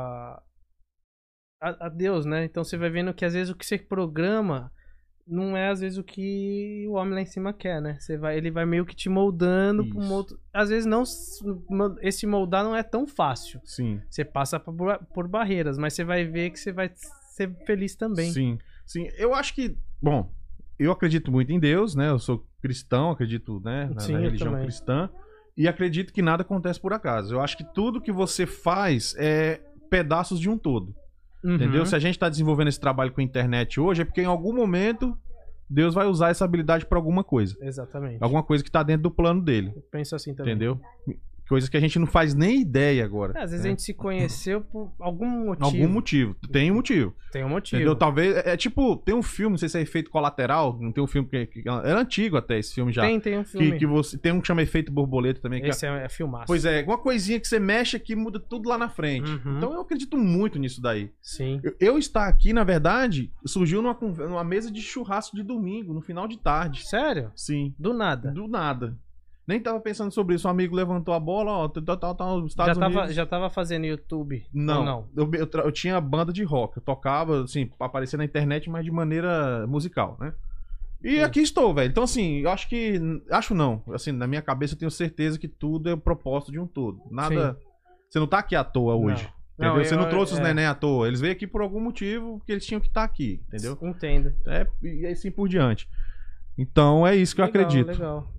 a Deus, né? Então você vai vendo que às vezes o que você programa não é às vezes o que o homem lá em cima quer, né? Ele vai meio que te moldando pra um Isso. outro. Às vezes não, esse moldar não é tão fácil. Sim. Você passa por barreiras, mas você vai ver que você vai ser feliz também. Sim, sim. Eu acho que, bom, eu acredito muito em Deus, né? Eu sou cristão, acredito, né, Sim, na eu religião também. cristã. E acredito que nada acontece por acaso. Eu acho que tudo que você faz é pedaços de um todo. Uhum. Entendeu? Se a gente tá desenvolvendo esse trabalho com a internet hoje, é porque em algum momento Deus vai usar essa habilidade pra alguma coisa. Exatamente. Alguma coisa que tá dentro do plano dele. Eu penso assim também. Entendeu? Coisas que a gente não faz nem ideia agora. Às vezes né? a gente se conheceu por algum motivo. Algum motivo. Tem um motivo. Tem um motivo. Entendeu? Talvez. É tipo, tem um filme, não sei se é Efeito Colateral. Não tem um filme que era antigo até esse filme já. Tem um filme. Que você tem um que chama Efeito Borboleta também. Que Esse é filmaço. Pois é, uma coisinha que você mexe aqui muda tudo lá na frente. Uhum. Então eu acredito muito nisso daí. Sim. Eu estar aqui, na verdade, surgiu numa mesa de churrasco de domingo, no final de tarde. Sério? Sim. Do nada. Do nada. Nem tava pensando sobre isso. Um amigo levantou a bola, ó, os Estados Unidos. Já tava fazendo YouTube? Não, Ou não? Eu tinha banda de rock. Eu tocava, assim, pra aparecer na internet, mas de maneira musical, né? E Sim. aqui estou, velho. Então, assim, eu acho que. Acho não. Assim, na minha cabeça eu tenho certeza que tudo é o propósito de um todo. Nada. Você não tá aqui à toa hoje. Não. Entendeu? Você não trouxe os é. neném à toa. Eles veio aqui por algum motivo que eles tinham que estar aqui, entendeu? Entendo. E assim por diante. Então é isso que eu acredito. Legal.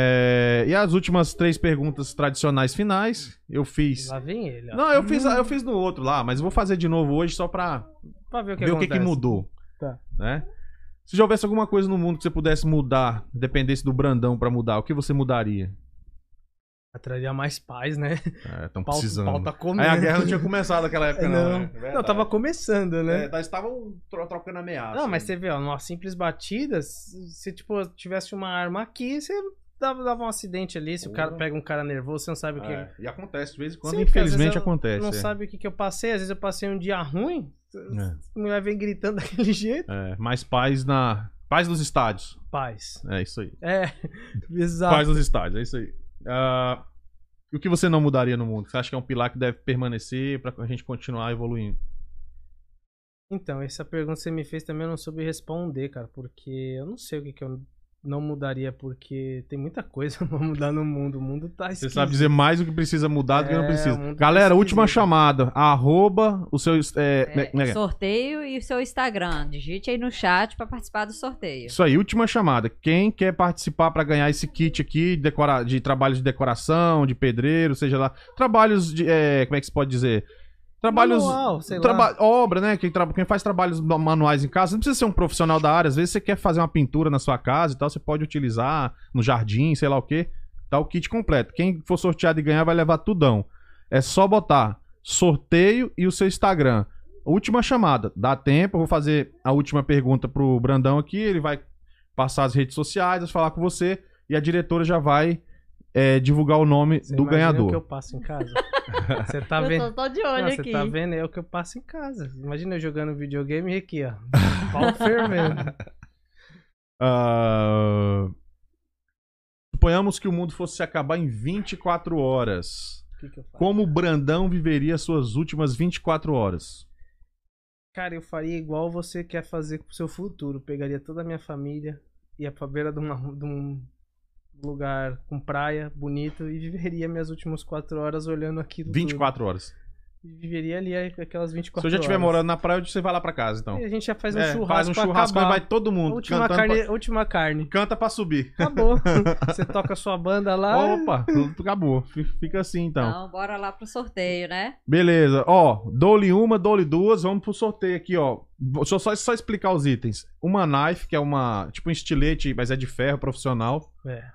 E as últimas 3 perguntas tradicionais finais, eu fiz. Lá vem ele, ó. Não, eu fiz no outro lá, mas eu vou fazer de novo hoje só pra Pra ver o que ver o que acontece. mudou. Tá. Né? Se já houvesse alguma coisa no mundo que você pudesse mudar, dependesse do Brandão pra mudar, o que você mudaria? Traria mais paz, né? Estão Pau precisando. tá comendo. A guerra não tinha começado naquela época, não. Não, É verdade. não, tava começando, né? Eles estavam trocando ameaça. Não, mas você vê, ó, numa simples batida, se tipo, tivesse uma arma aqui, você dava um acidente ali, se o cara pega um cara nervoso, você não sabe o que... E acontece de vez em quando, Sim, porque às infelizmente vezes acontece. Não sabe o que eu passei, às vezes eu passei um dia ruim, a mulher vem gritando daquele jeito. Mais paz nos estádios. Paz. É isso aí. Exato. Paz nos estádios, é isso aí. E o que você não mudaria no mundo? Você acha que é um pilar que deve permanecer pra a gente continuar evoluindo? Então, essa pergunta que você me fez também eu não soube responder, cara, porque eu não sei o que eu não mudaria, porque tem muita coisa pra mudar no mundo. O mundo tá Você esquisito. sabe dizer mais do que precisa mudar do que não o precisa. mundo tá Galera, última esquisito. chamada. @ o seu... Sorteio e o seu Instagram. Digite aí no chat pra participar do sorteio. Isso aí, última chamada. Quem quer participar pra ganhar esse kit aqui de trabalhos de decoração, de pedreiro, seja lá. Trabalhos de... como é que se pode dizer? Trabalhos... Manual, sei lá. Obra, né? Quem faz trabalhos manuais em casa, não precisa ser um profissional da área. Às vezes você quer fazer uma pintura na sua casa e tal, você pode utilizar no jardim, sei lá o quê. Tá o kit completo. Quem for sorteado e ganhar vai levar tudão. É só botar sorteio e o seu Instagram. última chamada. Dá tempo, eu vou fazer a última pergunta pro Brandão aqui, ele vai passar as redes sociais, vai falar com você e a diretora já vai divulgar o nome Você do imagina ganhador. o que eu passo em casa? Você tá Eu vendo? tô de olho Não, aqui. você tá vendo? É o que eu passo em casa. Imagina eu jogando videogame e aqui, ó. Pau fervendo. Suponhamos que o mundo fosse se acabar em 24 horas. O que eu faço? Como o Brandão viveria suas últimas 24 horas? Cara, eu faria igual você quer fazer com o seu futuro. Pegaria toda a minha família, ia pra beira de um lugar com praia, bonito, e viveria minhas últimas 4 horas olhando aquilo 24 horas. tudo. Viveria ali aquelas 24 Se eu já estiver horas. morando na praia, você vai lá pra casa, então. E a gente já faz um É, churrasco faz um pra churrasco e acabar. vai todo mundo. Última cantando carne, última carne. canta pra subir. Acabou. Você toca a sua banda lá. Opa, acabou. Fica assim, então. Então, bora lá pro sorteio, né? Beleza. Ó, dou-lhe uma, dou-lhe duas. Vamos pro sorteio aqui, ó. Deixa eu só explicar os itens. Uma knife, que é tipo um estilete, mas é de ferro profissional.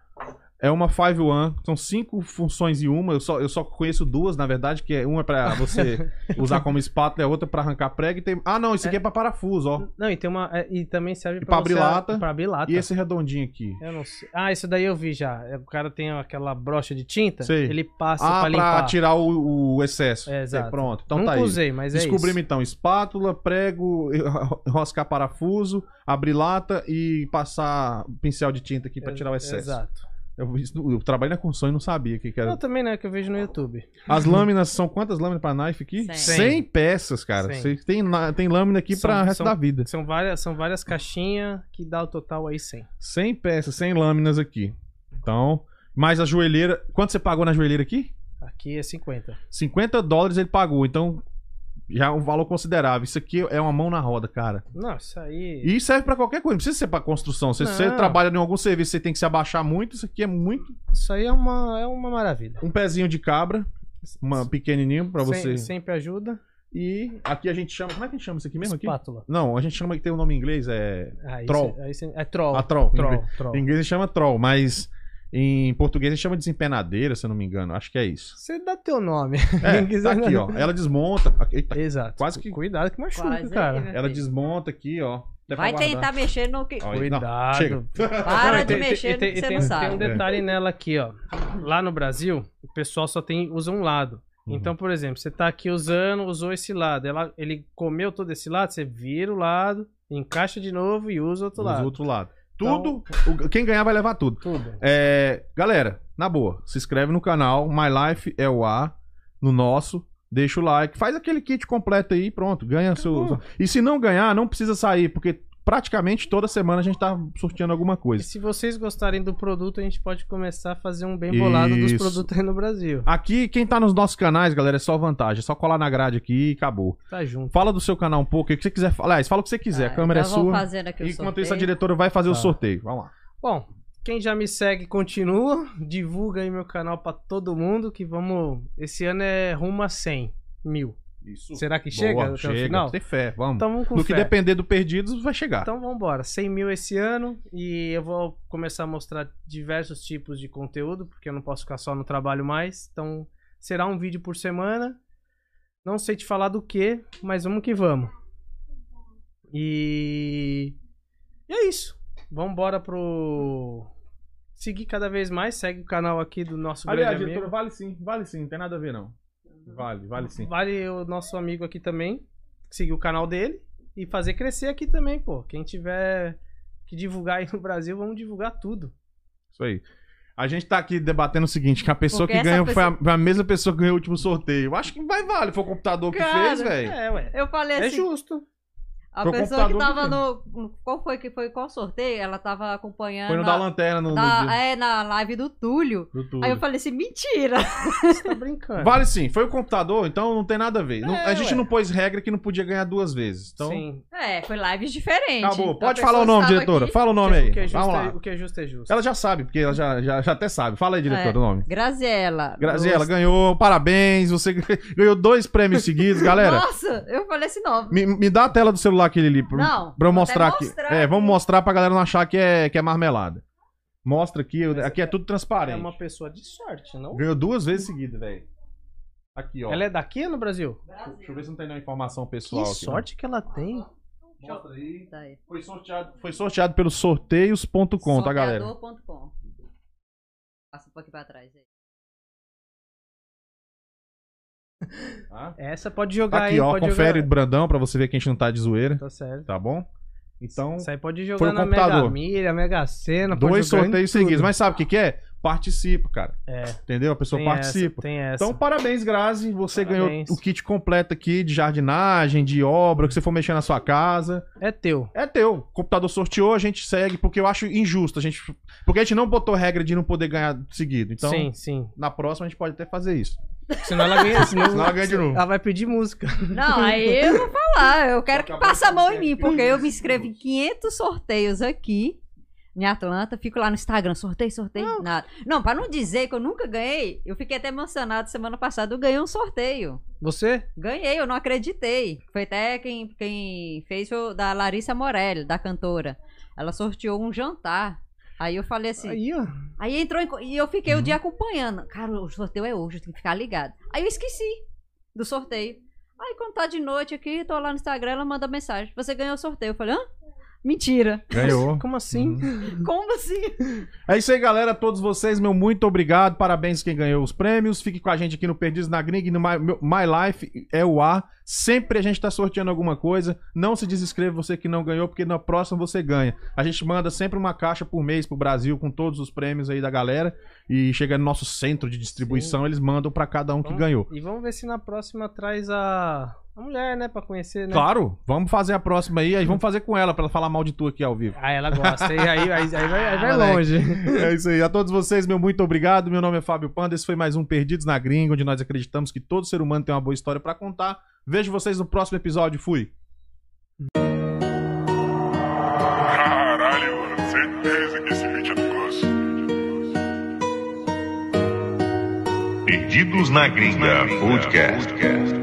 É uma 5-1, são 5 funções em uma. Eu só conheço duas, na verdade, que uma é pra você usar como espátula e a outra pra arrancar prego. E tem... Ah, não, esse aqui é pra parafuso, ó. Não, e tem uma. E também serve pra abrir lata. Pra abrir lata. E esse redondinho aqui? Eu não sei. Ah, isso daí eu vi já. O cara tem aquela brocha de tinta, Sei. ele passa Ah, pra limpar. pra tirar o excesso. É, exato. Pronto, então Nunca tá aí. usei, mas Descobrimos é então espátula, prego, enroscar parafuso, abrir lata e passar pincel de tinta aqui pra isso. tirar o excesso. Exato. Eu trabalhei na construção e não sabia que era. Eu também, né, que eu vejo no YouTube. As lâminas são quantas lâminas pra knife aqui? 100. 100 peças, cara. 100. Você tem lâmina aqui pra resto da vida. São várias caixinhas que dá o total aí 100. 100 peças, 100 lâminas aqui. Então, mais a joelheira. Quanto você pagou na joelheira aqui? Aqui é 50. $50 ele pagou. Então, já é um valor considerável. Isso aqui é uma mão na roda, cara. Não, isso aí. E serve pra qualquer coisa, não precisa ser pra construção. Se você Não. trabalha em algum serviço, você tem que se abaixar muito. Isso aqui é muito. Isso aí é uma maravilha. Um pezinho de cabra, uma pequenininho pra você. Sempre ajuda. E aqui a gente chama. Como é que a gente chama isso aqui mesmo? Aqui? Espátula. Não, a gente chama que tem um nome em inglês, troll. É troll. A troll. Troll. Em inglês a gente chama troll, mas em português a gente chama de desempenadeira, se eu não me engano. Acho que é isso. Você dá teu nome. É, Quem quiser, tá aqui, ó. Ela desmonta. Eita, Exato. quase que. Cuidado que machuca, Quase aí, cara. meu Ela filho. desmonta aqui, ó. Até pra Vai guardar. tentar mexer no que. Ó, não, Cuidado. chega. Para Não, de mexer no que você não tem um sabe. detalhe nela aqui, ó. Lá no Brasil, o pessoal só usa um lado. Uhum. Então, por exemplo, você tá aqui usou esse lado. Ele comeu todo esse lado, você vira o lado, encaixa de novo e usa o outro Usa lado. o outro lado. Então- Tudo. Quem ganhar vai levar tudo. Tudo. Galera, na boa, se inscreve no canal. My Life é o A. No nosso. Deixa o like. Faz aquele kit completo aí. Pronto. Ganha seu. E se não ganhar, não precisa sair. Porque praticamente toda semana a gente tá sorteando alguma E coisa. se vocês gostarem do produto, a gente pode começar a fazer um bem bolado dos Isso. produtos aí no Brasil. Aqui, quem tá nos nossos canais, galera, é só vantagem. É só colar na grade aqui e acabou. Tá junto. Fala do seu canal um pouco. O que você quiser falar. Aliás, fala o que você quiser. A câmera é então vamos sua. fazendo aqui o Enquanto isso, a sorteio. diretora vai fazer o Tá. sorteio. Vamos lá. Bom, quem já me segue, continua. Divulga aí meu canal pra todo mundo que vamos... Esse ano é rumo a 100 mil. Isso. Será que Boa, chega até o chega. final? Tem fé. Vamos. Então vamos com No que fé. depender do perdidos, vai chegar. Então vamos embora, 100 mil esse ano e eu vou começar a mostrar diversos tipos de conteúdo, porque eu não posso ficar só no trabalho mais. Então será um vídeo por semana. Não sei te falar do que, mas vamos que vamos. E é isso. Vamos embora pro... Seguir cada vez mais, segue o canal aqui do nosso Aliás, grande diretora, amigo. vale sim, não tem nada a ver não. Vale sim. Vale o nosso amigo aqui também, seguir o canal dele e fazer crescer aqui também, pô. Quem tiver que divulgar aí no Brasil, vamos divulgar tudo. Isso aí. A gente tá aqui debatendo o seguinte, que a pessoa Porque que essa ganhou pessoa- foi a mesma pessoa que ganhou o último sorteio. Eu acho que vale, foi o computador que Cara, fez, velho. É, ué. Eu falei É assim, justo. a Foi o pessoa que computador tava que no... Qual foi que foi? Qual sorteio? Ela tava acompanhando... Foi no da lanterna no dia na live do Túlio. do Túlio. Aí eu falei assim, mentira. Você tá brincando. Vale sim, foi o computador, então não tem nada a ver. É, A gente ué. não pôs regra que não podia ganhar duas vezes. Então, Sim. É, foi lives diferentes. acabou. A Pode pessoa falar o nome, estava diretora. aqui- Fala o nome aí. O que é justo Vamos lá. o que é justo é justo. Ela já sabe, porque ela já até sabe. Fala aí, diretora, É. o nome. Graziela. Graziela, ganhou, parabéns. Você ganhou 2 prêmios seguidos, galera. Nossa, eu falei esse nome. Me dá a tela do celular aquele ali Não, pra eu vou mostrar até aqui. mostrar Vamos aqui. mostrar pra galera não achar que é marmelada. Mostra aqui, aqui é tudo É transparente. uma pessoa de sorte, não? Ganhou 2 vezes seguidas, velho. Aqui, ó. Ela é daqui ou no Brasil? Deixa eu ver se não tem nenhuma informação pessoal Que aqui. sorte que ela tem. Mostra aí. Tá aí. Foi sorteado pelo sorteios.com, tá, galera? Sorteador.com. Passa um pouquinho pra trás aí. Tá? Essa pode jogar Aqui, aí. ó, pode confere, jogar. Brandão, pra você ver que a gente não tá de zoeira, Tá certo. tá bom? Então, Isso aí pode jogar foi o na computador. Mega Mira, Mega Sena. pode 2 jogar em sorteios tudo. seguidos. Mas sabe o que que é? Participa, cara. É, Entendeu? A pessoa tem participa. essa, tem essa. Então, parabéns, Grazi. Você Parabéns. ganhou o kit completo aqui de jardinagem, de obra, que você for mexer na sua casa. É teu. É teu. O computador sorteou, a gente segue, porque eu acho injusto. Porque a gente não botou regra de não poder ganhar seguido. Então, Sim, sim. na próxima a gente pode até fazer isso. Senão ela ganha, Senão ela ganha de novo. Ela vai pedir música. Não, aí eu vou falar. Eu quero que Acabou passe a mão de em mim, porque eu me inscrevo em 500 sorteios aqui em Atlanta. Fico lá no Instagram, sorteio, nada. Não, pra não dizer que eu nunca ganhei, eu fiquei até emocionado semana passada. Eu ganhei um sorteio. Você? Ganhei, eu não acreditei. Foi até quem fez foi o da Larissa Morelli, da cantora. Ela sorteou um jantar. Aí eu falei assim. Aí, ó. Aí entrou e eu fiquei o dia acompanhando. Cara, o sorteio é hoje, eu tenho que ficar ligado. Aí eu esqueci do sorteio. Aí quando tá de noite aqui, tô lá no Instagram, ela manda mensagem. Você ganhou o sorteio. Eu falei, hã? Mentira. Ganhou. Como assim? Como assim? É isso aí, galera. Todos vocês, meu muito obrigado. Parabéns quem ganhou os prêmios. Fique com a gente aqui no Perdidos na Gringa e no My Life é o ar. Sempre a gente tá sorteando alguma coisa. Não se desinscreva você que não ganhou, porque na próxima você ganha. A gente manda sempre uma caixa por mês pro Brasil com todos os prêmios aí da galera. E chega no nosso centro de distribuição, eles mandam pra cada um que ganhou. E vamos ver se na próxima traz a mulher, né? Pra conhecer, né? Claro, vamos fazer a próxima aí vamos fazer com ela pra ela falar mal de tu aqui ao vivo. Ah, ela gosta. E aí vai moleque. longe. É isso aí. A todos vocês, meu muito obrigado. Meu nome é Fábio Panda. Esse foi mais um Perdidos na Gringa, onde nós acreditamos que todo ser humano tem uma boa história pra contar. Vejo vocês no próximo episódio. Fui. Caralho, mano, certeza que esse vídeo é grosso. Perdidos na Gringa Podcast.